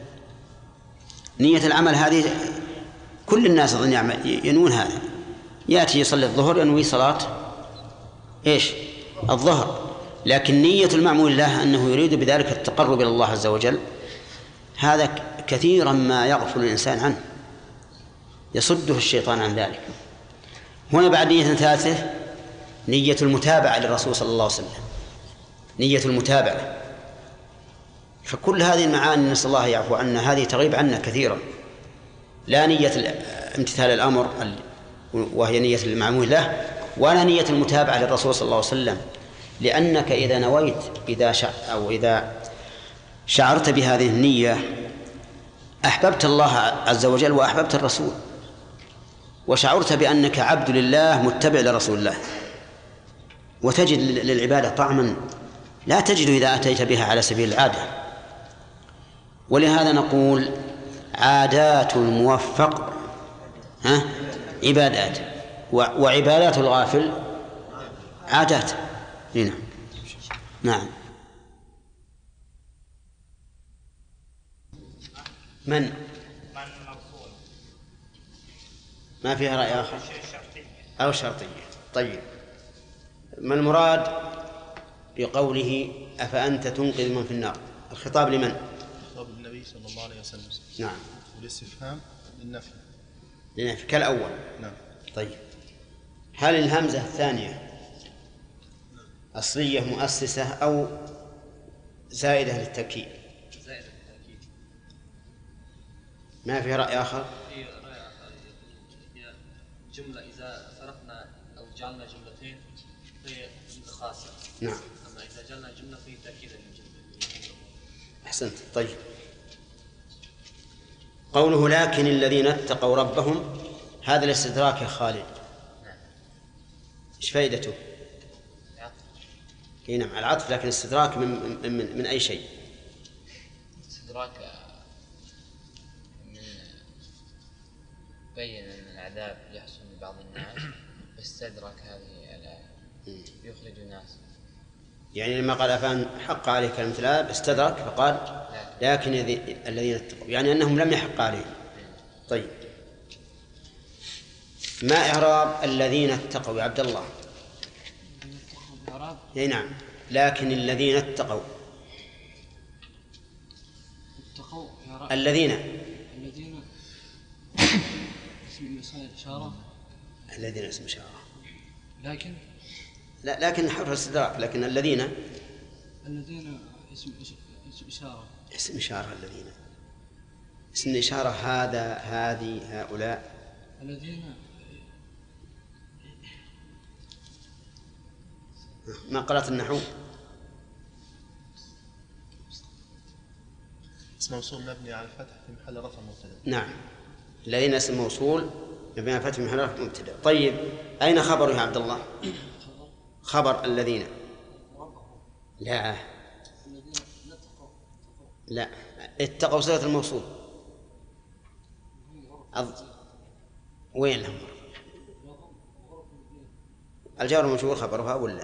نية العمل هذه كل الناس ينوون هذا. يأتي يصلي الظهر ينوي صلاة إيش؟ الظهر. لكن نية المعمول له أنه يريد بذلك التقرب إلى الله عز وجل، هذا كثيرا ما يغفل الإنسان عنه، يصده الشيطان عن ذلك. هنا بعد نية ثالثة نية المتابعة للرسول صلى الله عليه وسلم، نية المتابعة. فكل هذه المعاني نسأل الله يعفو عنا، هذه تغيب عنا كثيرا. لا نية امتثال الأمر وهي نية المعمول له، ولا نية المتابعة للرسول صلى الله عليه وسلم. لأنك إذا نويت إذا شعرت بهذه النية أحببت الله عز وجل وأحببت الرسول، وشعرت بأنك عبد لله متبع لرسول الله، وتجد للعبادة طعما لا تجد إذا أتيت بها على سبيل العادة. ولهذا نقول عادات الموفق عبادات، وعبادات الغافل عادات. نعم. نعم. من مرفوض ما فيها رأي آخر أو شرطية. طيب، ما المراد بقوله أفأنت تنقذ من في النار؟ الخطاب لمن؟ خطاب النبي صلى الله عليه وسلم. نعم. والاستفهام للنفي. للنفي كالأول. نعم. طيب، هل الهمزة الثانية أصلية مؤسسة أو زائدة للتأكيد؟ زائدة للتأكيد. ما في رأي آخر؟ في رأي آخر. هي جملة إذا فرقنا أو جعلنا جملتين فهي جملة خاصة. نعم. أما إذا جعلنا جملة فهي تأكيدا للجملة. أحسنت. طيب، قوله لكن الذين اتقوا ربهم، هذا الاستدراك يا خالد ايش فائدته؟ نعم العطف، لكن الاستدراك من أي شيء؟ استدراك من بين أن العذاب يحصل لبعض الناس، فاستدرك هذه الآية يخرج الناس. يعني لما قال أفان حق عليه كلمة الآية استدرك فقال لكن الذين اتقوا، يعني أنهم لم يحق عليهم. طيب، ما إعراب الذين اتقوا يا عبد الله؟ اي نعم، لكن الذين اتقوا الذين اسم إشارة، الذين اسم إشارة، لكن لا، لكن حرف استدراك. لكن الذين اسم إشارة، اسم إشارة. الذين اسم إشارة، هذا هذه هؤلاء. الذين ما قرأت النحو؟ اسم موصول مبني على الفتح في محل رفع مبتدأ. نعم، الذين اسم موصول بما فتح من حرف مبتدأ. طيب أين خبره يا عبد الله؟ خبر الذين لا اتقوا صلة الموصول وين لهم؟ الجار المجرور خبرها ولا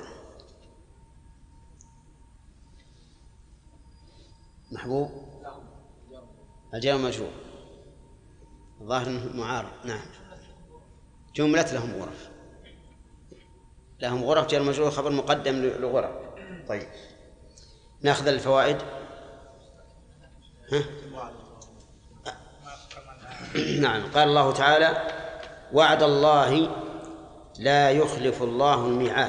محبوب؟ الجار المجرور ظاهر معارض. نعم جملة لهم غرف، لهم غرف، جار المجرور خبر مقدم لغرف. طيب ناخذ الفوائد. نعم قال الله تعالى وعد الله لا يخلف الله الميعاد.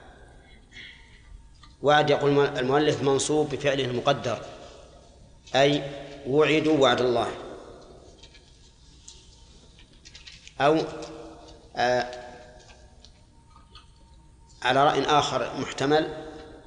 وعد يقول المؤلف منصوب بفعله المقدر، أي وعدوا وعد الله، أو على رأي آخر محتمل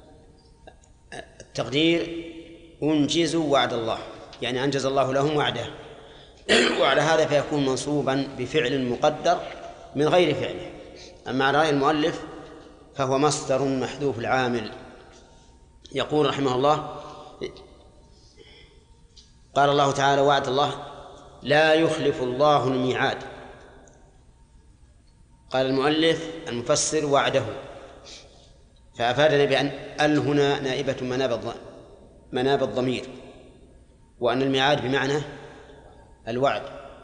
التقدير أنجزوا وعد الله، يعني أنجز الله لهم وعده، وعلى هذا فيكون منصوبا بفعل مقدر من غير فعله. أما على رأي المؤلف فهو مصدر محذوف العامل. يقول رحمه الله قال الله تعالى وعد الله لا يخلف الله الميعاد. قال المؤلف المفسر وعده، فأفادنا بأن هنا نائبة مناب الضمير، وأن الميعاد بمعنى الوعد.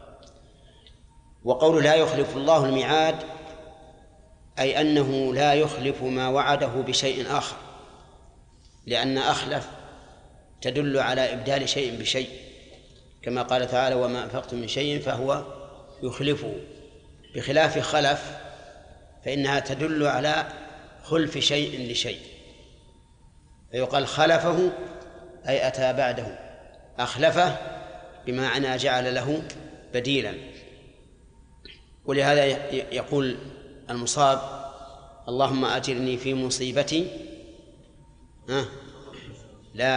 وقول لا يخلف الله الميعاد أي أنه لا يخلف ما وعده بشيء آخر، لأن أخلف تدل على إبدال شيء بشيء، كما قال تعالى وما أنفقتم من شيء فهو يخلفه، بخلاف خلف فإنها تدل على خلف شيء لشيء، فيقال خلفه أي أتى بعده، أخلفه بمعنى جعل له بديلا. ولهذا يقول المصاب اللهم أجرني في مصيبتي لا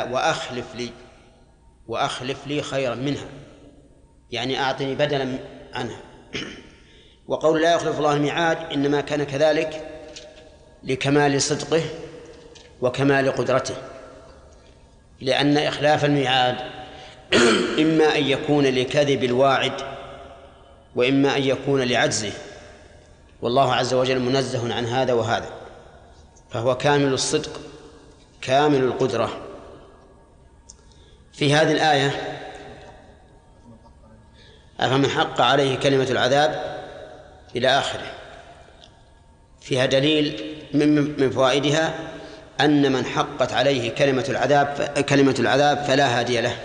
وأخلف لي خيرا منها، يعني أعطني بدلا عنها. وقول لا يخلف الله الميعاد إنما كان كذلك لكمال صدقه وكمال قدرته، لأن إخلاف الميعاد إما أن يكون لكذب الواعد وإما أن يكون لعجزه، والله عز وجل منزه عن هذا وهذا، فهو كامل الصدق كامل القدرة. في هذه الآية أفمن حق عليه كلمة العذاب إلى آخره، فيها دليل من فوائدها أن من حقت عليه كلمة العذاب فلا هادي له.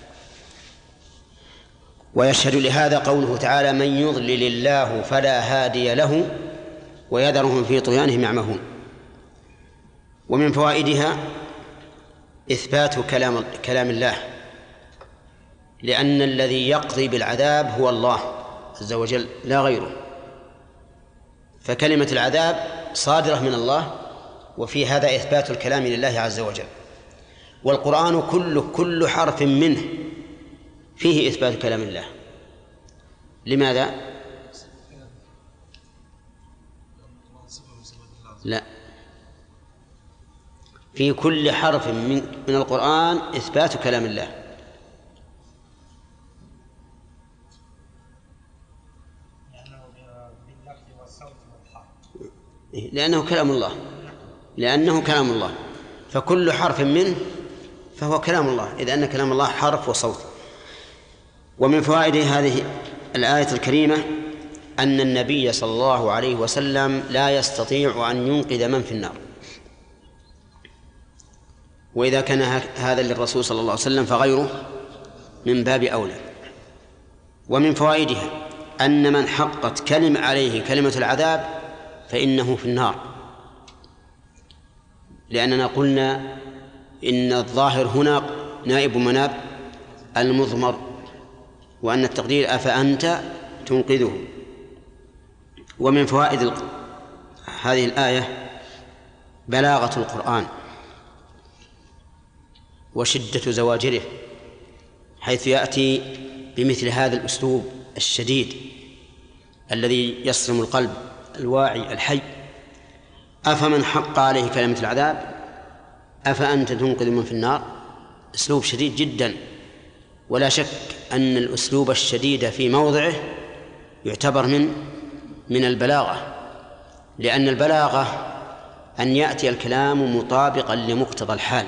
ويشهد لهذا قوله تعالى من يضلل الله فلا هادي له ويذرهم في طغيانهم يعمهون. ومن فوائدها إثبات كلام الله، لأن الذي يقضي بالعذاب هو الله عز وجل لا غيره، فكلمة العذاب صادرة من الله، وفي هذا إثبات الكلام لله عز وجل. والقرآن كل حرف منه فيه إثبات كلام الله. لماذا؟ لا، في كل حرف من القرآن إثبات كلام الله، لأنه كلام الله، فكل حرف منه فهو كلام الله، إذ أن كلام الله حرف وصوت. ومن فوائد هذه الآية الكريمة أن النبي صلى الله عليه وسلم لا يستطيع أن ينقذ من في النار، وإذا كان هذا للرسول صلى الله عليه وسلم فغيره من باب أولى. ومن فوائدها أن من حقت عليه كلمة العذاب فإنه في النار، لأننا قلنا إن الظاهر هنا نائب مناب المضمر، وأن التقدير أفأنت تنقذه. ومن فوائد هذه الآية بلاغة القرآن وشدة زواجره، حيث يأتي بمثل هذا الأسلوب الشديد الذي يصرم القلب الواعي الحي. أفمن حق عليه كلمة العذاب أفأنت تنقذ من في النار. أسلوب شديد جدا، ولا شك أن الأسلوب الشديد في موضعه يعتبر من البلاغة، لأن البلاغة أن يأتي الكلام مطابقا لمقتضى الحال،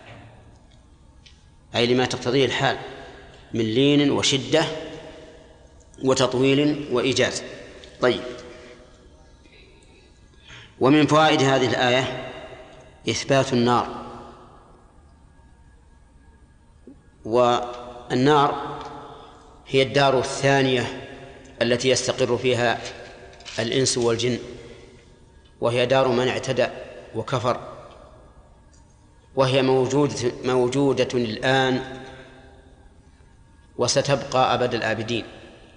أي لما تقتضيه الحال من لين وشدة وتطويل وإيجاز. طيب، ومن فوائد هذه الآية إثبات النار. والنار هي الدار الثانية التي يستقر فيها الإنس والجن، وهي دار من اعتدى وكفر، وهي موجودة الآن وستبقى أبد الآبدين.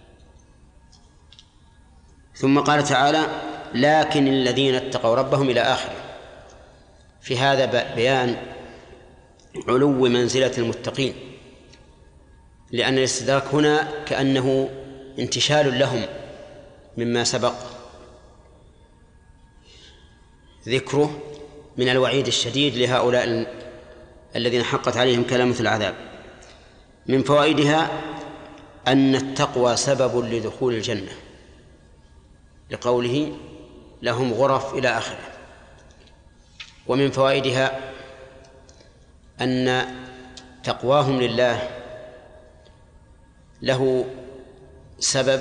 ثم قال تعالى لكن الذين اتقوا ربهم إلى آخره. في هذا بيان علو منزلة المتقين، لأن الاستدراك هنا كأنه انتشال لهم مما سبق ذكره من الوعيد الشديد لهؤلاء الذين حقت عليهم كلمة العذاب. من فوائدها أن التقوى سبب لدخول الجنة، لقوله لهم غرف إلى آخره. ومن فوائدها أن تقواهم لله له سبب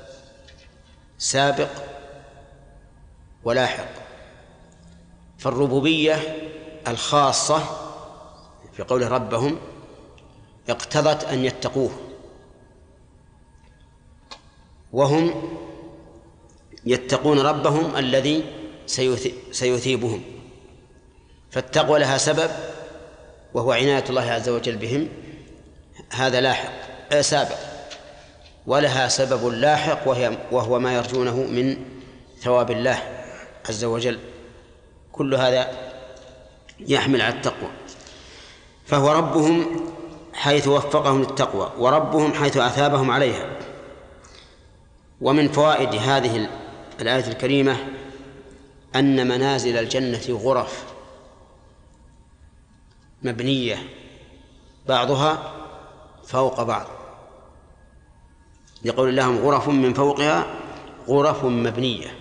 سابق ولاحق. فالربوبية الخاصة في قوله ربهم اقتضت أن يتقوه، وهم يتقون ربهم الذي سيثيبهم. فالتقوى لها سبب وهو عناية الله عز وجل بهم، هذا لاحق سابق، ولها سبب لاحق وهو ما يرجونه من ثواب الله عز وجل. كل هذا يحمل على التقوى. فهو ربهم حيث وفقهم للتقوى، وربهم حيث أثابهم عليها. ومن فوائد هذه الآية الكريمة أن منازل الجنة غرف مبنية بعضها فوق بعض، يقول لهم غرف من فوقها غرف مبنية.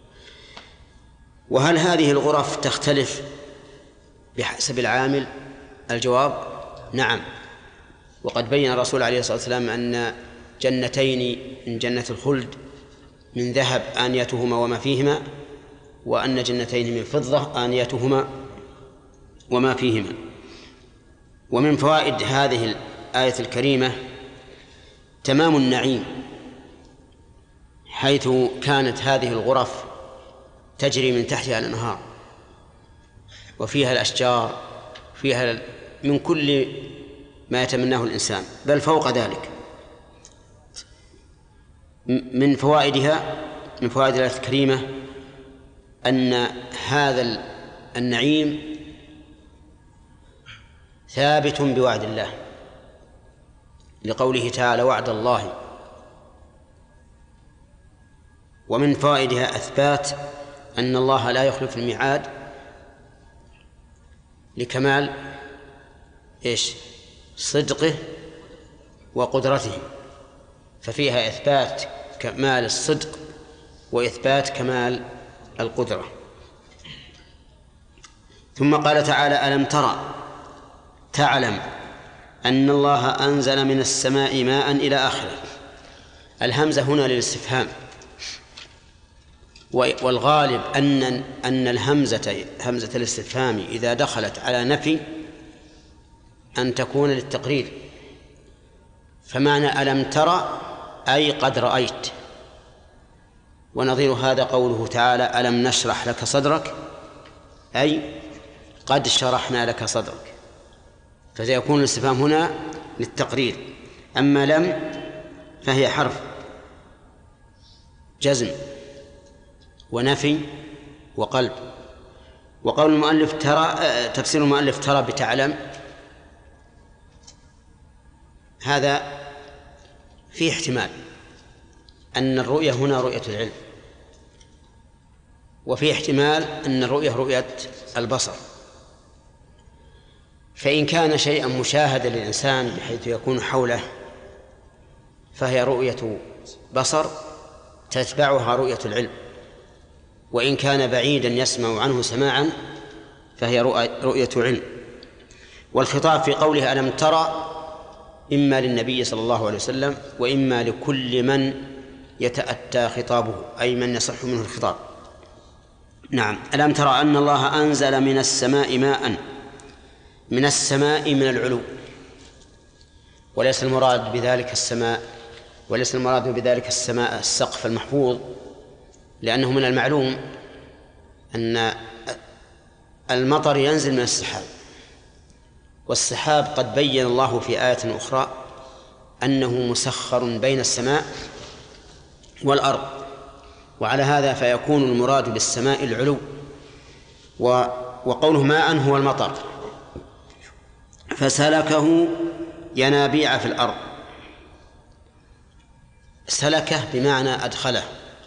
وهل هذه الغرف تختلف بحسب العامل؟ الجواب نعم. وقد بين الرسول عليه الصلاة والسلام أن جنتين من جنة الخلد من ذهب آنيتهما وما فيهما، وأن جنتين من فضة آنيتهما وما فيهما. ومن فوائد هذه الآية الكريمة تمام النعيم، حيث كانت هذه الغرف تجري من تحتها الأنهار، وفيها الأشجار، فيها من كل ما يتمناه الإنسان، بل فوق ذلك. من فوائدها، من فوائد الآية الكريمة، أن هذا النعيم ثابت بوعد الله، لقوله تعالى وعد الله. ومن فوائدها أثبات أن الله لا يخلف الميعاد لكمال صدقه وقدرته، ففيها إثبات كمال الصدق وإثبات كمال القدرة. ثم قال تعالى ألم ترى تعلم أن الله أنزل من السماء ماء إلى آخره. الهمزة هنا للاستفهام، والغالب أن الهمزة همزة الاستفهام إذا دخلت على نفي أن تكون للتقرير. فمعنى ألم ترى أي قد رأيت. ونظير هذا قوله تعالى ألم نشرح لك صدرك، أي قد شرحنا لك صدرك، فسيكون الاستفهام هنا للتقرير. أما لم فهي حرف جزم ونفي وقلب. وقول المؤلف ترى، تفسير المؤلف ترى بتعلم، هذا فيه احتمال أن الرؤية هنا رؤية العلم، وفي احتمال أن الرؤية رؤية البصر. فإن كان شيئا مشاهدا للإنسان بحيث يكون حوله فهي رؤية بصر تتبعها رؤية العلم، وإن كان بعيدا يسمع عنه سماعا فهي رؤية علم. والخطاب في قوله ألم ترى إما للنبي صلى الله عليه وسلم وإما لكل من يتأتى خطابه، أي من يصح منه الخطاب. نعم. ألم ترى أن الله أنزل من السماء ماء، من السماء من العلو، وليس المراد بذلك السماء، وليس المراد بذلك السماء السقف المحفوظ، لأنه من المعلوم أن المطر ينزل من السحاب، والسحاب قد بين الله في آية أخرى أنه مسخر بين السماء والأرض، وعلى هذا فيكون المراد بالسماء العلو. وقوله ماء هو المطر. فسلكه ينابيع في الأرض، سلكه بمعنى أدخله،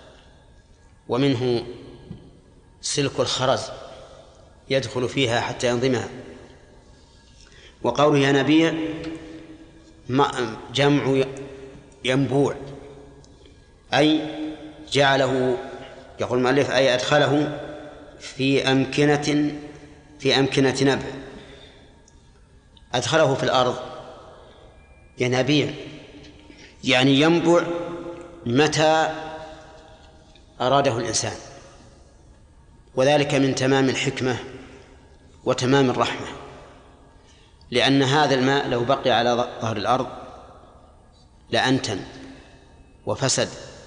ومنه سلك الخرز يدخل فيها حتى ينظمها. وقوله ينابيع جمع ينبوع، أي جعله، يقول المؤلف أي أدخله في أمكنة نبع، أدخله في الأرض. ينابيع يعني ينبع متى أراده الإنسان، وذلك من تمام الحكمة وتمام الرحمة، لأن هذا الماء لو بقي على ظهر الأرض لأنتن وفسد،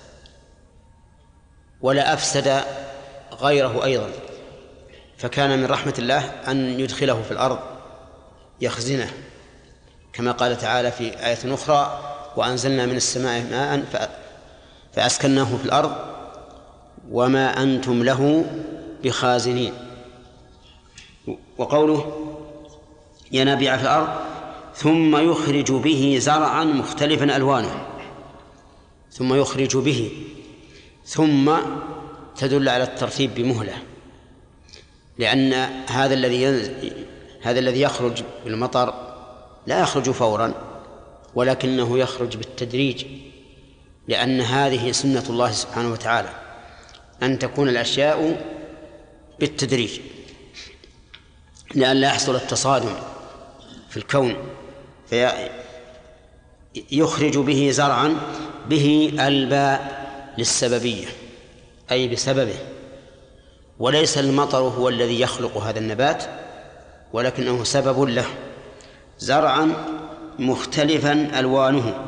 ولا أفسد غيره أيضا، فكان من رحمة الله أن يدخله في الأرض يخزنه، كما قال تعالى في آية أخرى وأنزلنا من السماء ماء فأسكناه في الأرض وما أنتم له بخازنين. وقوله ينابيع في الأرض ثم يخرج به زرعا مختلفا ألوانه، ثم يخرج به، ثم تدل على الترتيب بمهلة، لأن هذا الذي يخرج بالمطر لا يخرج فورا، ولكنه يخرج بالتدريج، لأن هذه سنة الله سبحانه وتعالى أن تكون الأشياء بالتدريج لئلا يحصل التصادم في الكون. فيخرج به زرعا، به الباء للسببية أي بسببه، وليس المطر هو الذي يخلق هذا النبات ولكنه سبب له. زرعا مختلفا ألوانه،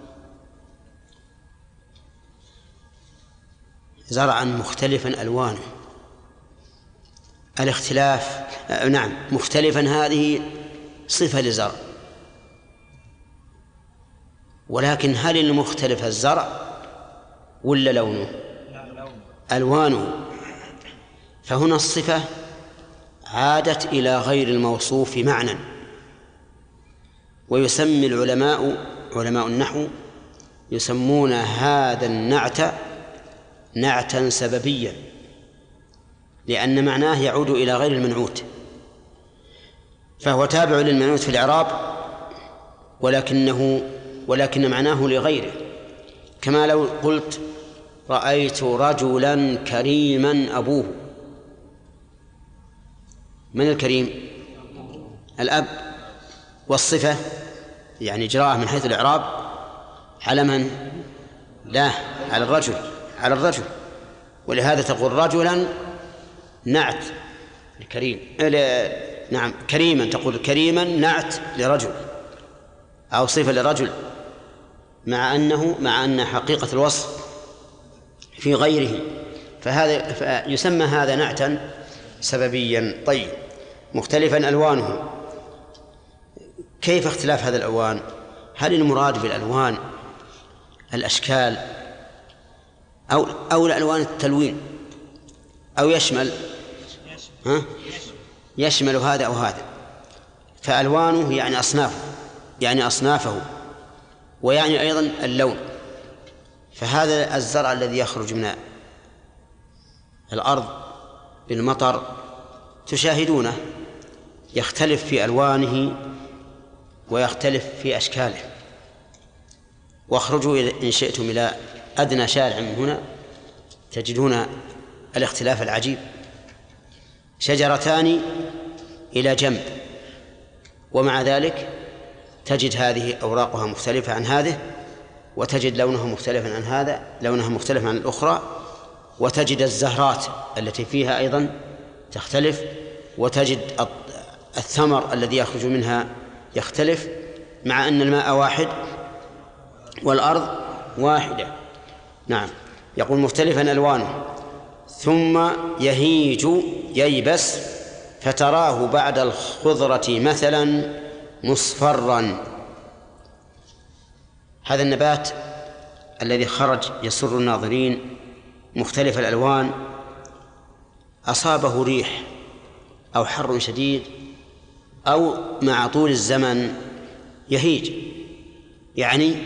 زرعا مختلفا ألوانه، الاختلاف نعم مختلفا هذه صفة لزرع، ولكن هل المختلف الزرع ولا لونه؟ ألوانه. فهنا الصفة عادت إلى غير الموصوف معنى، ويسمي علماء النحو يسمون هذا النعت نعتا سببيا، لأن معناه يعود إلى غير المنعوت، فهو تابع للمنعوت في الإعراب ولكن معناه لغيره. كما لو قلت رأيت رجلا كريما أبوه، من الكريم؟ الأب، والصفة يعني إجراءه من حيث الإعراب على من؟ لا، على الرجل، ولهذا تقول رجلا نعت الكريم، نعم كريما، تقول كريما نعت لرجل أو صفة لرجل، مع أن حقيقة الوصف في غيره، فيسمى هذا نعتا سببيا. طيب، مختلفا ألوانه. كيف اختلاف هذا الألوان؟ هل المراد بالألوان الأشكال أو الألوان التلوين، أو يشمل هذا أو هذا؟ فألوانه يعني أصنافه، ويعني أيضا اللون. فهذا الزرع الذي يخرج من الأرض بالمطر تشاهدونه يختلف في ألوانه ويختلف في أشكاله. واخرجوا إن شئتم إلى أدنى شارع من هنا تجدون الاختلاف العجيب. شجرتان إلى جنب ومع ذلك تجد هذه أوراقها مختلفة عن هذه، وتجد لونها مختلفا عن هذا، لونها مختلف عن الأخرى، وتجد الزهرات التي فيها أيضا تختلف، وتجد الثمر الذي يخرج منها يختلف، مع أن الماء واحد والأرض واحدة. نعم. يقول مختلفا ألوانه ثم يهيج ييبس فتراه بعد الخضرة مثلا مصفرا. هذا النبات الذي خرج يسر الناظرين مختلف الألوان أصابه ريح أو حر شديد أو مع طول الزمن يهيج، يعني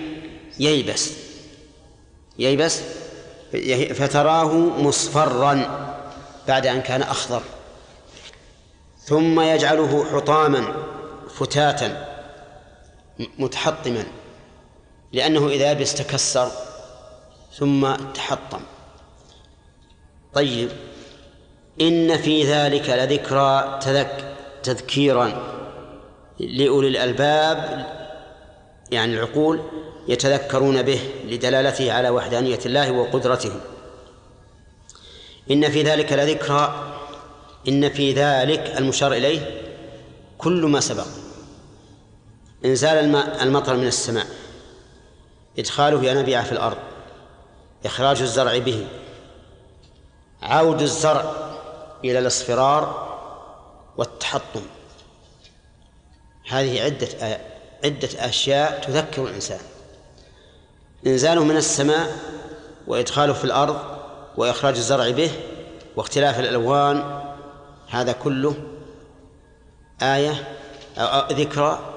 ييبس فتراه مصفرا بعد أن كان أخضر، ثم يجعله حطاما فتاتا متحطما، لأنه إذا يبس تكسر ثم تحطم. طيب، إن في ذلك لذكرى تذكيرا لأولي الألباب، يعني العقول يتذكرون به لدلالته على وحدانية الله وقدرته. إن في ذلك لذكرى، إن في ذلك المشار إليه كل ما سبق: إنزال المطر من السماء، إدخاله ينابيع في الأرض، إخراج الزرع به، عود الزرع إلى الاصفرار والتحطم. هذه عدة أشياء تذكر الإنسان: إنزاله من السماء، وإدخاله في الأرض، وإخراج الزرع به، واختلاف الألوان. هذا كله آية أو ذكرى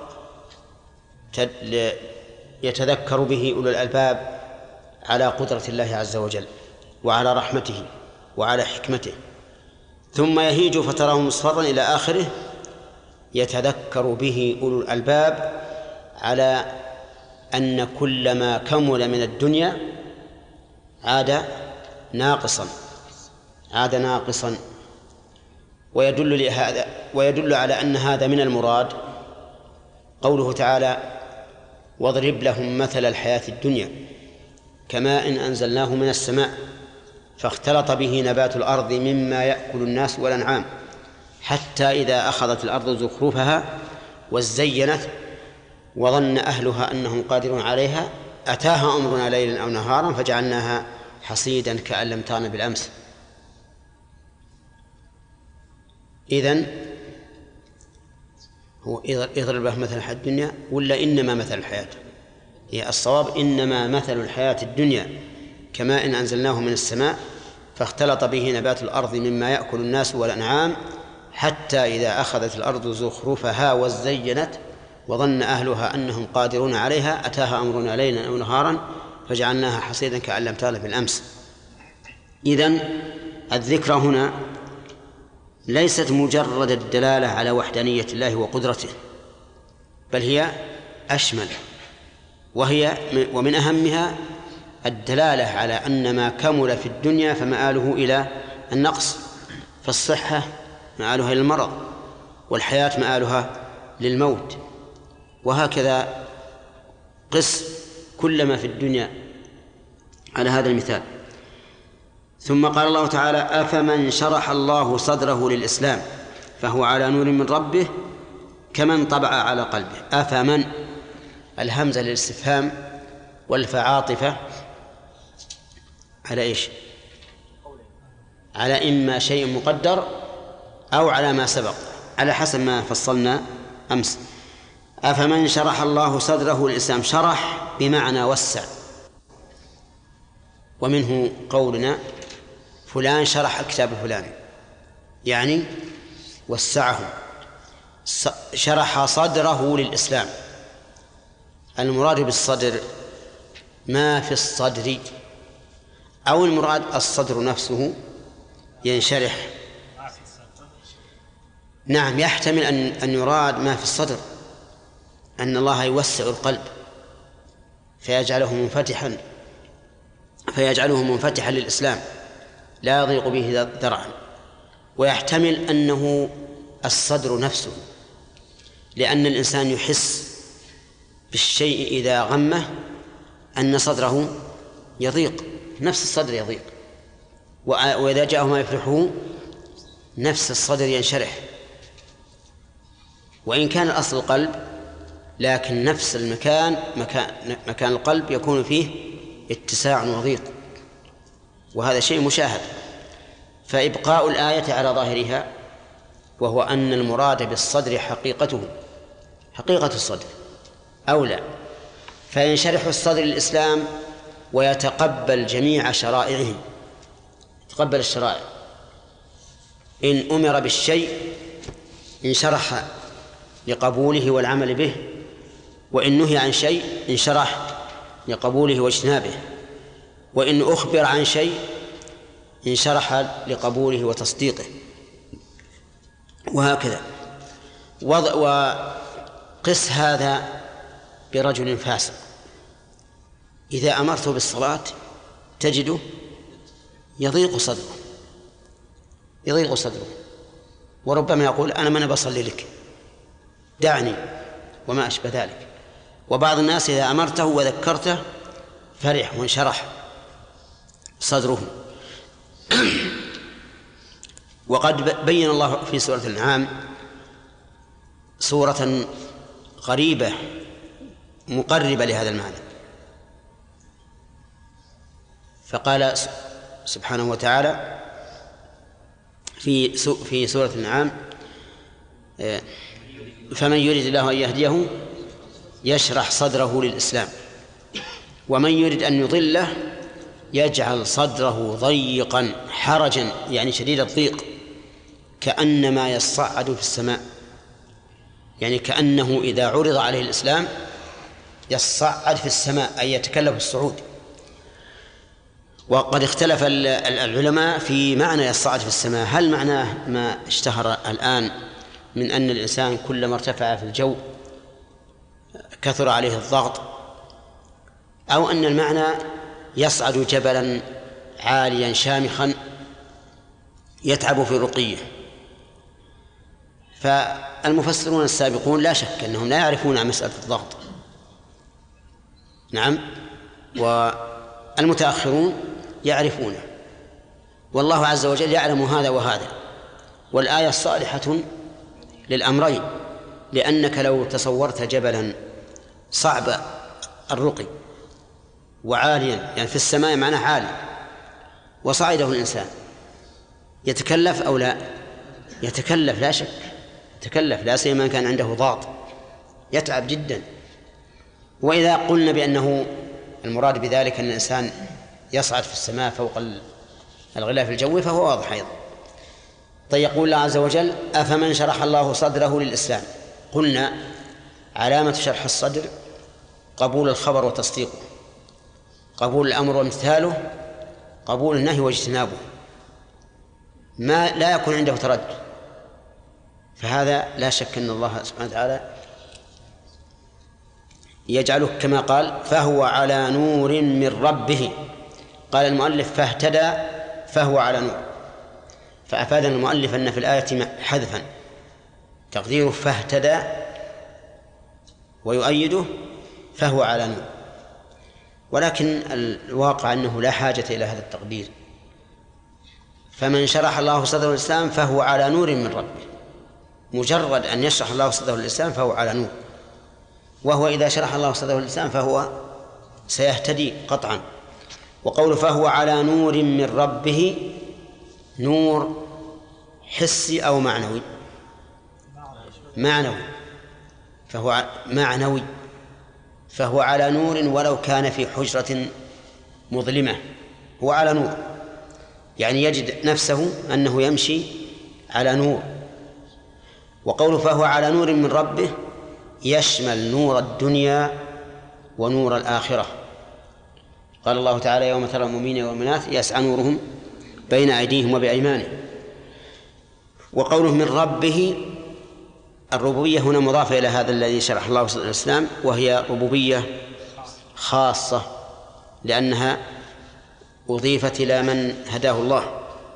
يتذكر به أولو الألباب على قدرة الله عز وجل وعلى رحمته وعلى حكمته. ثم يهيج فتراه مصفرا إلى آخره، يتذكر به أولو الألباب على أن كل ما كمل من الدنيا عاد ناقصا. ويدل على أن هذا من المراد قوله تعالى: واضرب لهم مثل الحياة الدنيا كماء أنزلناه من السماء فاختلط به نبات الأرض مما يأكل الناس والأنعام حتى إذا أخذت الأرض زخرفها وزينت وظن أهلها أنهم قادرون عليها أتاها أمرنا ليلا أو نهارا فجعلناها حصيدا كأن لم تغن بالأمس. إذن هو يضرب له مثل الحياة الدنيا ولا إنما مثل الحياة؟ هي الصواب إنما مثل الحياة الدنيا كماء أنزلناه من السماء فاختلط به نبات الأرض مما يأكل الناس والأنعام حتى إذا أخذت الأرض زخرفها وزينت وظن أهلها أنهم قادرون عليها أتاها أمرنا ليلا أو نهارا فجعلناها حصيدا كأن لم تغن بالأمس. إذن الذكرى هنا ليست مجرد الدلالة على وحدانية الله وقدرته، بل هي أشمل، ومن أهمها الدلالة على أن ما كمل في الدنيا فمآله إلى النقص، فالصحة مآلها إلى المرض، والحياة مآلها للموت، وهكذا قس كل ما في الدنيا على هذا المثال. ثم قال الله تعالى: أفمن شرح الله صدره للإسلام فهو على نور من ربه كمن طبع على قلبه. أفمن، الهمزة للاستفهام والفعاطفة على إيش؟ على إما شيء مقدر أو على ما سبق، على حسب ما فصلنا أمس. أفمن شرح الله صدره للإسلام، شرح بمعنى وسع، ومنه قولنا فلان شرح الكتاب الفلاني، يعني وسعه، شرح صدره للإسلام. المراد بالصدر ما في الصدر أو المراد الصدر نفسه ينشرح. نعم، يحتمل أن يراد ما في الصدر، أن الله يوسع القلب فيجعله منفتحا للإسلام لا يضيق به ذرعا. ويحتمل أنه الصدر نفسه، لأن الإنسان يحس بالشيء إذا غمه أن صدره يضيق، نفس الصدر يضيق، وإذا جاءه ما يفرحه نفس الصدر ينشرح. وإن كان الأصل القلب، لكن نفس مكان القلب يكون فيه اتساع وضيق، وهذا شيء مشاهد. فإبقاء الآية على ظاهرها، وهو أن المراد بالصدر حقيقة الصدر أولى، فينشرح الصدر للإسلام ويتقبل جميع شرائعه، يتقبل الشرائع. إن أمر بالشيء انشرح لقبوله والعمل به، وإن نهي عن شيء انشرح لقبوله واجتنابه، وإن أخبر عن شيء انشرح لقبوله وتصديقه، وهكذا. وقس هذا برجل فاسق، إذا أمرته بالصلاة تجده يضيق صدره، وربما يقول أنا من بصلي لك، دعني، وما أشبه ذلك. وبعض الناس إذا أمرته وذكرته فرح وانشرح صدره. وقد بين الله في سورة الأنعام سورة غريبة مقربة لهذا المعنى، فقال سبحانه وتعالى في سورة الأنعام: فمن يريد الله أن يهديه يشرح صدره للإسلام، ومن يريد أن يضله يجعل صدره ضيقا حرجا، يعني شديد الضيق، كأنما يصعد في السماء، يعني كأنه إذا عرض عليه الإسلام يصعد في السماء، أي يتكلف الصعود. وقد اختلف العلماء في معنى يصعد في السماء، هل معناه ما اشتهر الآن من أن الإنسان كلما ارتفع في الجو كثر عليه الضغط، أو أن المعنى يصعد جبلا عاليا شامخا يتعب في رقيه. فالمفسرون السابقون لا شك أنهم لا يعرفون مسألة الضغط، نعم، والمتأخرون يعرفونه، والله عز وجل يعلم هذا وهذا. والآية صالحة للأمرين، لأنك لو تصورت جبلا صعب الرقي وعاليا، يعني في السماء معناه عالي، وصعده الإنسان يتكلف أو لا؟ يتكلف لا شك، يتكلف، لا سيما كان عنده ضغط يتعب جدا. وإذا قلنا بأنه المراد بذلك أن الإنسان يصعد في السماء فوق الغلاف الجوي فهو واضح أيضا. طيب، يقول الله عز وجل: أفمن شرح الله صدره للإسلام. قلنا علامة شرح الصدر قبول الخبر وتصديقه، قبول الأمر وامتثاله، قبول النهي واجتنابه، ما لا يكون عنده تردد. فهذا لا شك أن الله سبحانه وتعالى يجعله كما قال: فهو على نور من ربه. قال المؤلف: فاهتدى فهو على نور، فأفادنا المؤلف أن في الآية حذفا، تقديره فاهتدى، ويؤيده فهو على نور. ولكن الواقع أنه لا حاجة إلى هذا التقدير، فمن شرح الله صدره الإسلام فهو على نور من ربه، مجرد أن يشرح الله صدره الإسلام فهو على نور، وهو إذا شرح الله صدره الإسلام فهو سيهتدي قطعا. وقول فهو على نور من ربه، نور حسي أو معنوي؟ معنوي، فهو معنوي، فهو على نور ولو كان في حجرة مظلمة، هو على نور، يعني يجد نفسه أنه يمشي على نور. وقوله فهو على نور من ربه يشمل نور الدنيا ونور الآخرة، قال الله تعالى يوم ترى المؤمنين والمؤمنات يسعى نورهم بين أيديهم وبأيمانهم. وقوله من ربه، الربوبية هنا مضافة إلى هذا الذي شرح الله الإسلام، وهي ربوبية خاصة لأنها أضيفت إلى من هداه الله.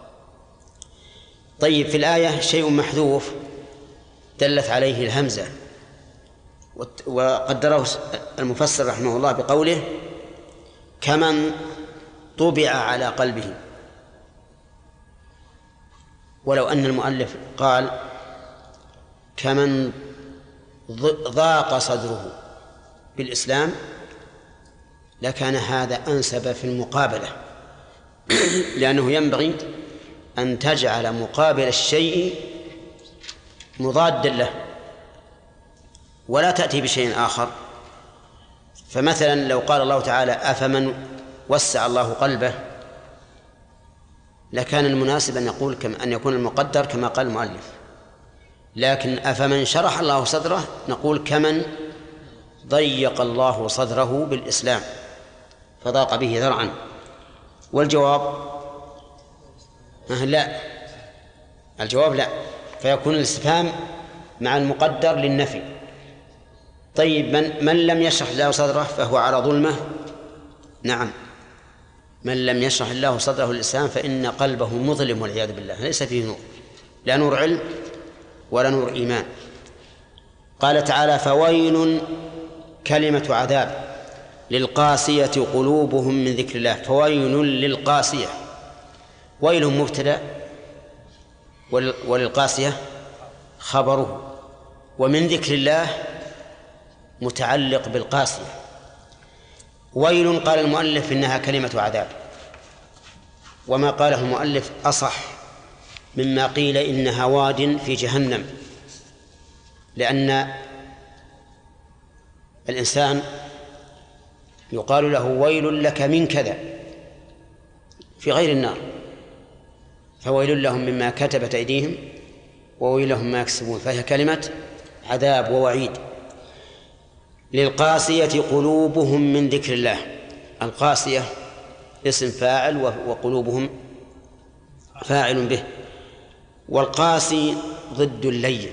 طيب، في الآية شيء محذوف دلت عليه الهمزة، وقدره المفسر رحمه الله بقوله كمن طبع على قلبه، ولو أن المؤلف قال كمن ضاق صدره بالإسلام لكان هذا أنسب في المقابلة، لأنه ينبغي أن تجعل مقابل الشيء مضادا له ولا تأتي بشيء آخر. فمثلا لو قال الله تعالى أفمن وسع الله قلبه لكان المناسب أن يكون المقدر كما قال المؤلف، لكن أفمن شرح الله صدره نقول كمن ضيق الله صدره بالإسلام فضاق به ذرعا. والجواب لا، الجواب لا، فيكون الاستفهام مع المقدر للنفي. طيب، من لم يشرح الله صدره فهو على ظلمه؟ نعم، من لم يشرح الله صدره للإسلام فإن قلبه مظلم والعياذ بالله، ليس فيه نور، لا نور علم ولا نور إيمان. قال تعالى فويل كلمة عذاب للقاسية قلوبهم من ذكر الله. فويل للقاسية، ويل مبتدأ وللقاسية خبره، ومن ذكر الله متعلق بالقاسية. ويل قال المؤلف إنها كلمة عذاب، وما قاله المؤلف أصح مما قيل إنها واد في جهنم، لأن الإنسان يقال له ويل لك من كذا في غير النار، فويل لهم مما كتبت أيديهم وويل لهم ما يكسبون، فهي كلمة عذاب ووعيد. للقاسية قلوبهم من ذكر الله، القاسية اسم فاعل وقلوبهم فاعل به، والقاسي ضد اللين،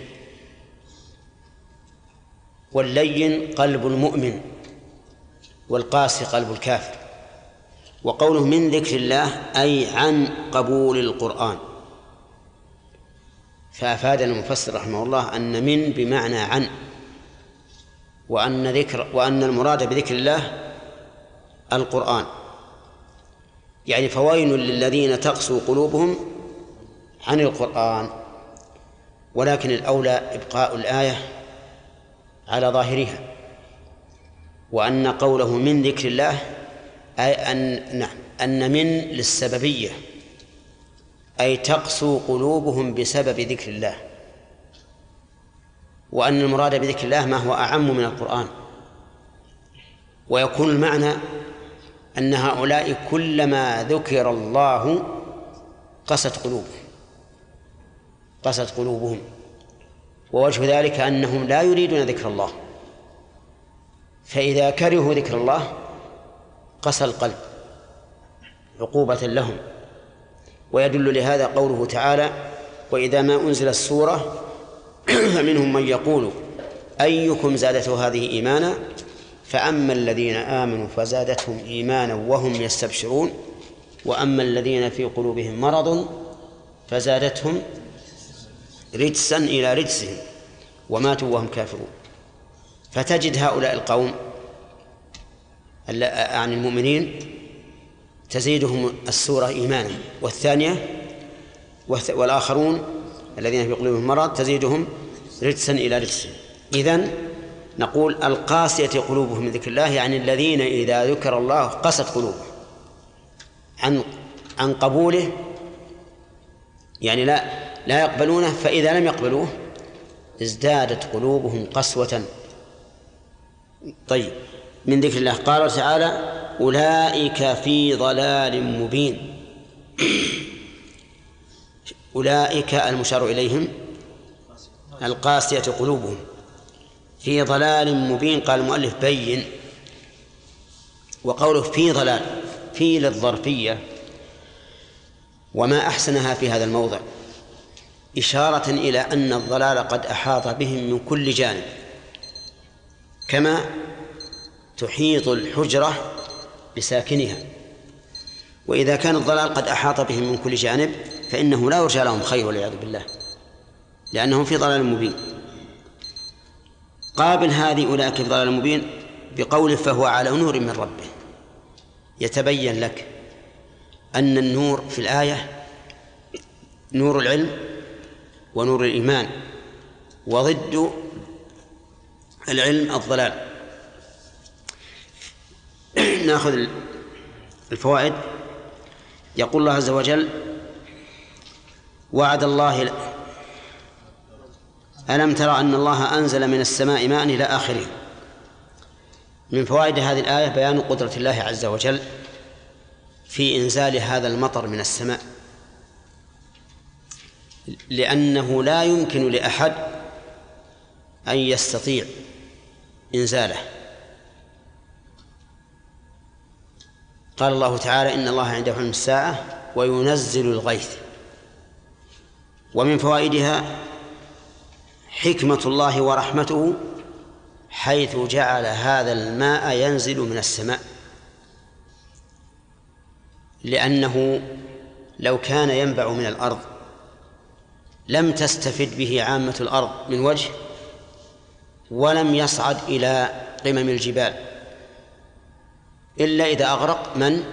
واللين قلب المؤمن والقاسي قلب الكافر. وقوله من ذكر الله أي عن قبول القرآن، فأفاد المفسر رحمه الله أن من بمعنى عن، وأن المراد بذكر الله القرآن، يعني فويل للذين تقسو قلوبهم عن القرآن. ولكن الأولى إبقاء الآية على ظاهرها، وأن قوله من ذكر الله أي أن من للسببية، أي تقسو قلوبهم بسبب ذكر الله، وأن المراد بذكر الله ما هو أعم من القرآن. ويكون المعنى أن هؤلاء كلما ذكر الله قست قلوبهم، ووجه ذلك أنهم لا يريدون ذكر الله، فإذا كرهوا ذكر الله قسى القلب عقوبة لهم. ويدل لهذا قوله تعالى وإذا ما أنزلت السورة فمنهم من يقول أيكم زادته هذه إيمانا فأما الذين آمنوا فزادتهم إيمانا وهم يستبشرون وأما الذين في قلوبهم مرض فزادتهم رجسا إلى رجسهم وماتوا وهم كافرون. فتجد هؤلاء القوم عن المؤمنين تزيدهم السورة إيمانا، والآخرون الذين في قلوبهم مرض تزيدهم رجسا إلى رجسهم. إذن نقول القاسية قلوبهم من ذكر الله، يعني الذين إذا ذكر الله قست قلوبهم عن قبوله، يعني لا يقبلونه، فإذا لم يقبلوه ازدادت قلوبهم قسوة. طيب، من ذكر الله قال تعالى أولئك في ضلال مبين. أولئك المشار إليهم القاسية قلوبهم في ضلال مبين. قال المؤلف بين، وقوله في ضلال في للظرفية، وما أحسنها في هذا الموضع إشارة إلى أن الضلال قد أحاط بهم من كل جانب، كما تحيط الحجرة بساكنها. وإذا كان الضلال قد أحاط بهم من كل جانب فإنه لا يرجى لهم خير والعياذ بالله، لأنهم في ضلال مبين. قابل هذه أولئك في ضلال مبين بقوله فهو على نور من ربه. يتبين لك أن النور في الآية نور العلم ونور الإيمان، وضد العلم الضلال. نأخذ الفوائد. يقول الله عز وجل وعد الله ألم ترى أن الله أنزل من السماء ماء إلى آخره. من فوائد هذه الآية بيان قدرة الله عز وجل في إنزال هذا المطر من السماء، لأنه لا يمكن لأحد أن يستطيع إنزاله. قال الله تعالى إن الله عنده علم الساعة وينزل الغيث. ومن فوائدها حكمة الله ورحمته حيث جعل هذا الماء ينزل من السماء، لأنه لو كان ينبع من الأرض لم تستفد به عامة الأرض من وجه، ولم يصعد إلى قمم الجبال إلا إذا أغرق من؟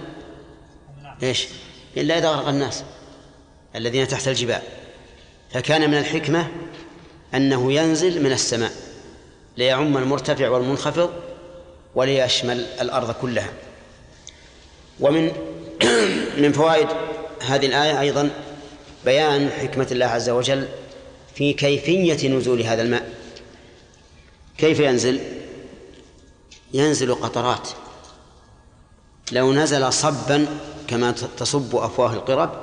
إلا إذا أغرق الناس الذين تحت الجبال. فكان من الحكمة أنه ينزل من السماء ليعم المرتفع والمنخفض وليشمل الأرض كلها. ومن من فوائد هذه الآية أيضا بيان حكمة الله عز وجل في كيفية نزول هذا الماء. كيف ينزل؟ ينزل قطرات. لو نزل صبا كما تصب أفواه القرب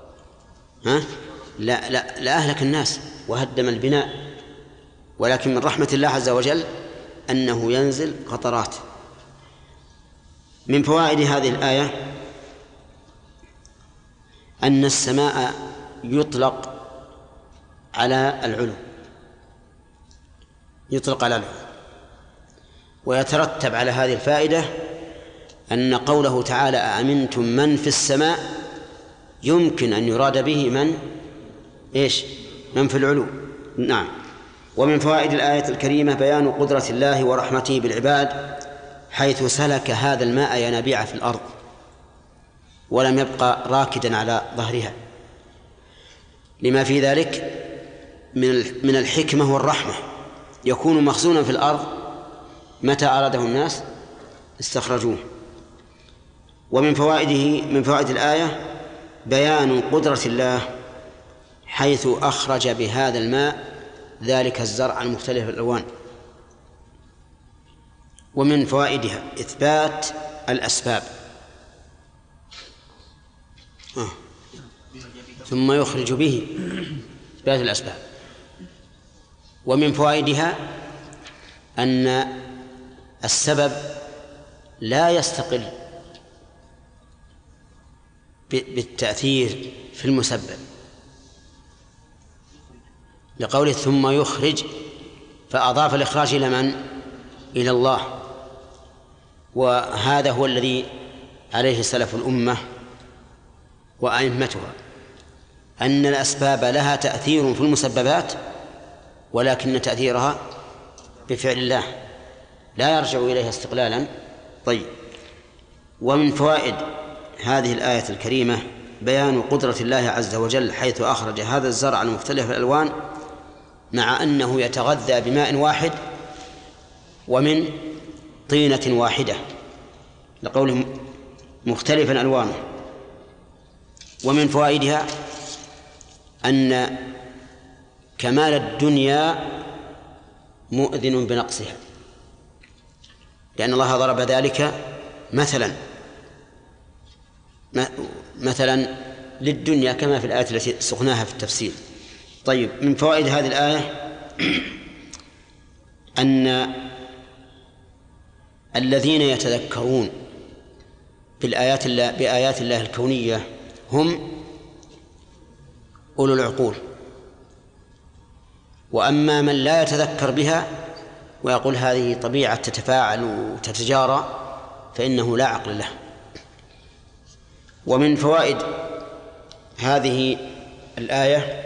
لا أهلك الناس وهدم البناء، ولكن من رحمة الله عز وجل أنه ينزل قطرات. من فوائد هذه الآية أن السماء يطلق على العلو، يطلق على العلو. ويترتب على هذه الفائدة أن قوله تعالى أأمنتم من في السماء يمكن أن يراد به من من في العلو. نعم. ومن فوائد الآية الكريمة بيان قدرة الله ورحمته بالعباد حيث سلك هذا الماء ينابيع في الأرض ولم يبقى راكدا على ظهرها، لما في ذلك من الحكمة والرحمة. يكون مخزونا في الأرض متى أراده الناس استخرجوه. ومن فوائد الآية بيان قدرة الله حيث أخرج بهذا الماء ذلك الزرع المختلف الألوان. ومن فوائدها إثبات الأسباب ثم يخرج به، إثبات الأسباب. ومن فوائدها أن السبب لا يستقل بالتأثير في المسبب، لقوله ثم يخرج، فأضاف الإخراج إلى من؟ إلى الله. وهذا هو الذي عليه سلف الأمة وأئمتها، أن الأسباب لها تأثير في المسببات ولكن تأثيرها بفعل الله لا يرجع إليها استقلالا. طيب. ومن فوائد هذه الآية الكريمة بيان قدرة الله عز وجل حيث أخرج هذا الزرع المختلف الألوان مع أنه يتغذى بماء واحد ومن طينة واحدة، لقوله مختلفا ألوانه. ومن فوائدها أن كمال الدنيا مؤذن بنقصها، لأن الله ضرب ذلك مثلا للدنيا كما في الآية التي سقناها في التفسير. طيب. من فوائد هذه الآية أن الذين يتذكرون بآيات الله الكونية هم أولو العقول، وأما من لا يتذكر بها ويقول هذه طبيعة تتفاعل وتتجارى فإنه لا عقل له. ومن فوائد هذه الآية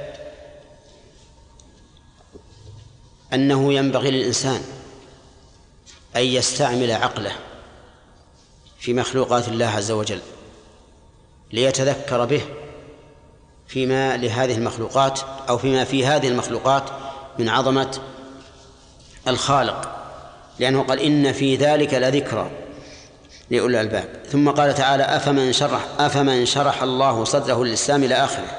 أنه ينبغي للإنسان أن يستعمل عقله في مخلوقات الله عز وجل ليتذكر به فيما لهذه المخلوقات أو فيما في هذه المخلوقات من عظمة الخالق، لأنه قال إن في ذلك لذكرى لأولي الألباب. ثم قال تعالى أفمن شرح الله صدره للإسلام إلى آخره.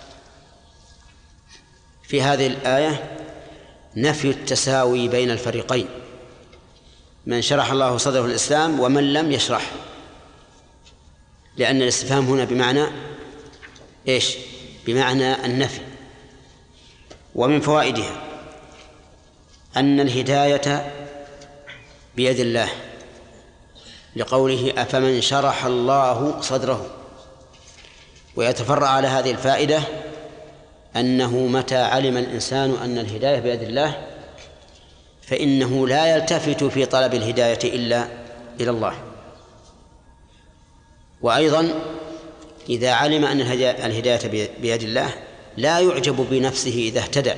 في هذه الآية نفي التساوي بين الفريقين، من شرح الله صدره للإسلام ومن لم يشرح، لأن الاستفهام هنا بمعنى إيش؟ بمعنى النفي. ومن فوائدها أن الهداية بيد الله، لقوله أفمن شرح الله صدره. ويتفرع على هذه الفائدة أنه متى علم الإنسان أن الهداية بيد الله فإنه لا يلتفت في طلب الهداية إلا إلى الله. وأيضا إذا علم أن الهداية بيد الله لا يعجب بنفسه إذا اهتدى،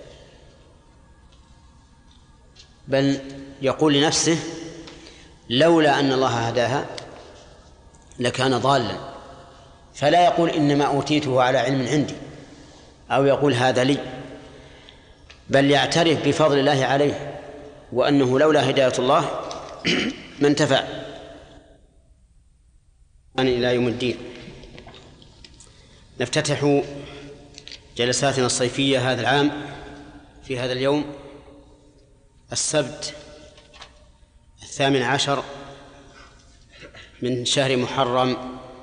بل يقول لنفسه لولا أن الله هداها لكان ضالا، فلا يقول إنما أوتيته على علم عندي أو يقول هذا لي، بل يعترف بفضل الله عليه وأنه لولا هداية الله ما انتفع إلى يوم الدين. نفتتح جلساتنا الصيفية هذا العام في هذا اليوم السبت 18 من شهر محرم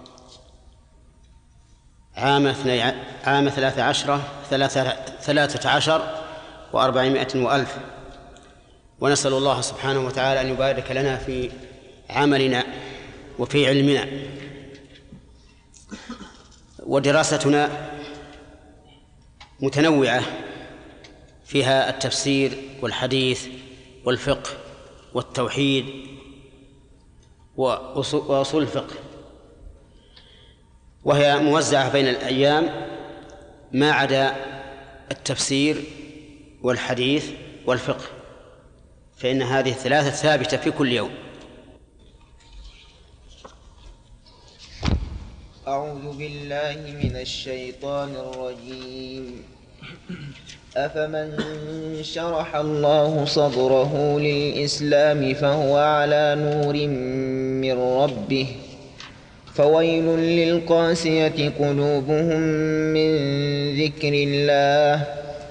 عام 13 و400 وألف. ونسأل الله سبحانه وتعالى أن يبارك لنا في عملنا وفي علمنا. ودراستنا متنوعة، فيها التفسير والحديث والفقه والتوحيد وأصول الفقه، وهي موزعة بين الأيام ما عدا التفسير والحديث والفقه، فإن هذه الثلاثة ثابتة في كل يوم. أعوذ بالله من الشيطان الرجيم. أفمن شرح الله صدره للإسلام فهو على نور من ربه فويل للقاسية قلوبهم من ذكر الله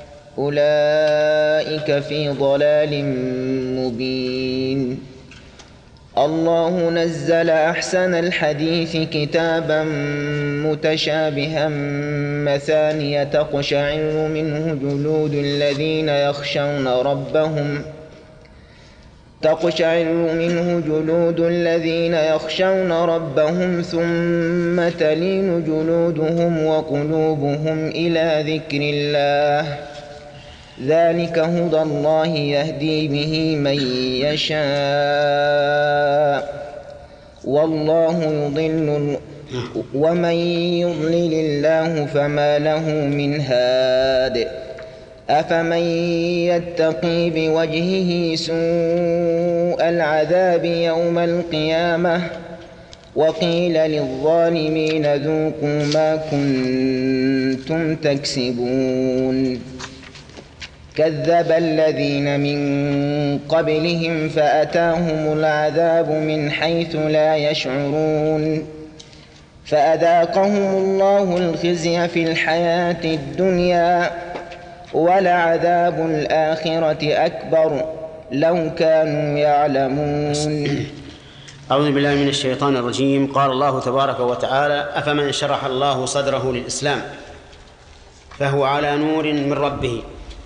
أولئك في ضلال مبين. الله نزل أحسن الحديث كتابا متشابها مثانية تقشعر منه جلود الذين يخشون ربهم ثم تلين جلودهم وقلوبهم إلى ذكر الله ذلك هدى الله يهدي به من يشاء والله يضل ومن يضلل الله فما له من هاد. أفمن يتقي بوجهه سوء العذاب يوم القيامة وقيل للظالمين ذوقوا ما كنتم تكسبون. كذب الذين من قبلهم فأتاهم العذاب من حيث لا يشعرون فأذاقهم الله الخزي في الحياة الدنيا ولعذاب الآخرة أكبر لو كانوا يعلمون. أعوذ بالله من الشيطان الرجيم. قال الله تبارك وتعالى أفمن شرح الله صدره للإسلام فهو على نور من ربه.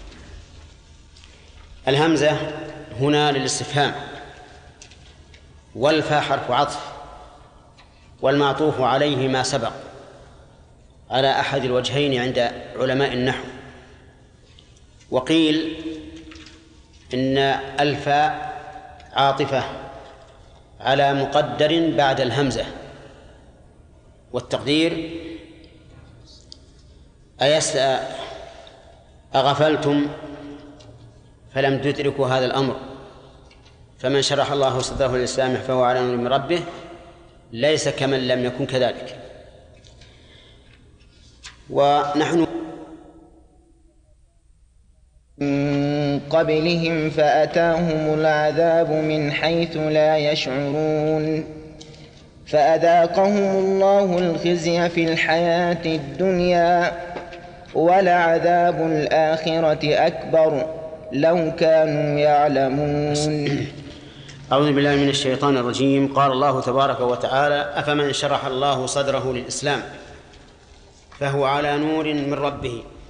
الهمزة هنا للاستفهام والفاء حرف عطف والمعطوف عليه ما سبق على أحد الوجهين عند علماء النحو. وقيل إن الفاء عاطفة على مقدر بعد الهمزة، والتقدير أغفلتم فلم تدركوا هذا الأمر، فمن شرح الله صدره للإسلام فهو على نور من ربه ليس كمن لم يكن كذلك. ونحن من قبلهم فأتاهم العذاب من حيث لا يشعرون فأذاقهم الله الخزي في الحياة الدنيا ولعذاب الآخرة أكبر لو كانوا يعلمون. أعوذ بالله من الشيطان الرجيم. قال الله تبارك وتعالى: أفمن شرح الله صدره للإسلام فهو على نور من ربه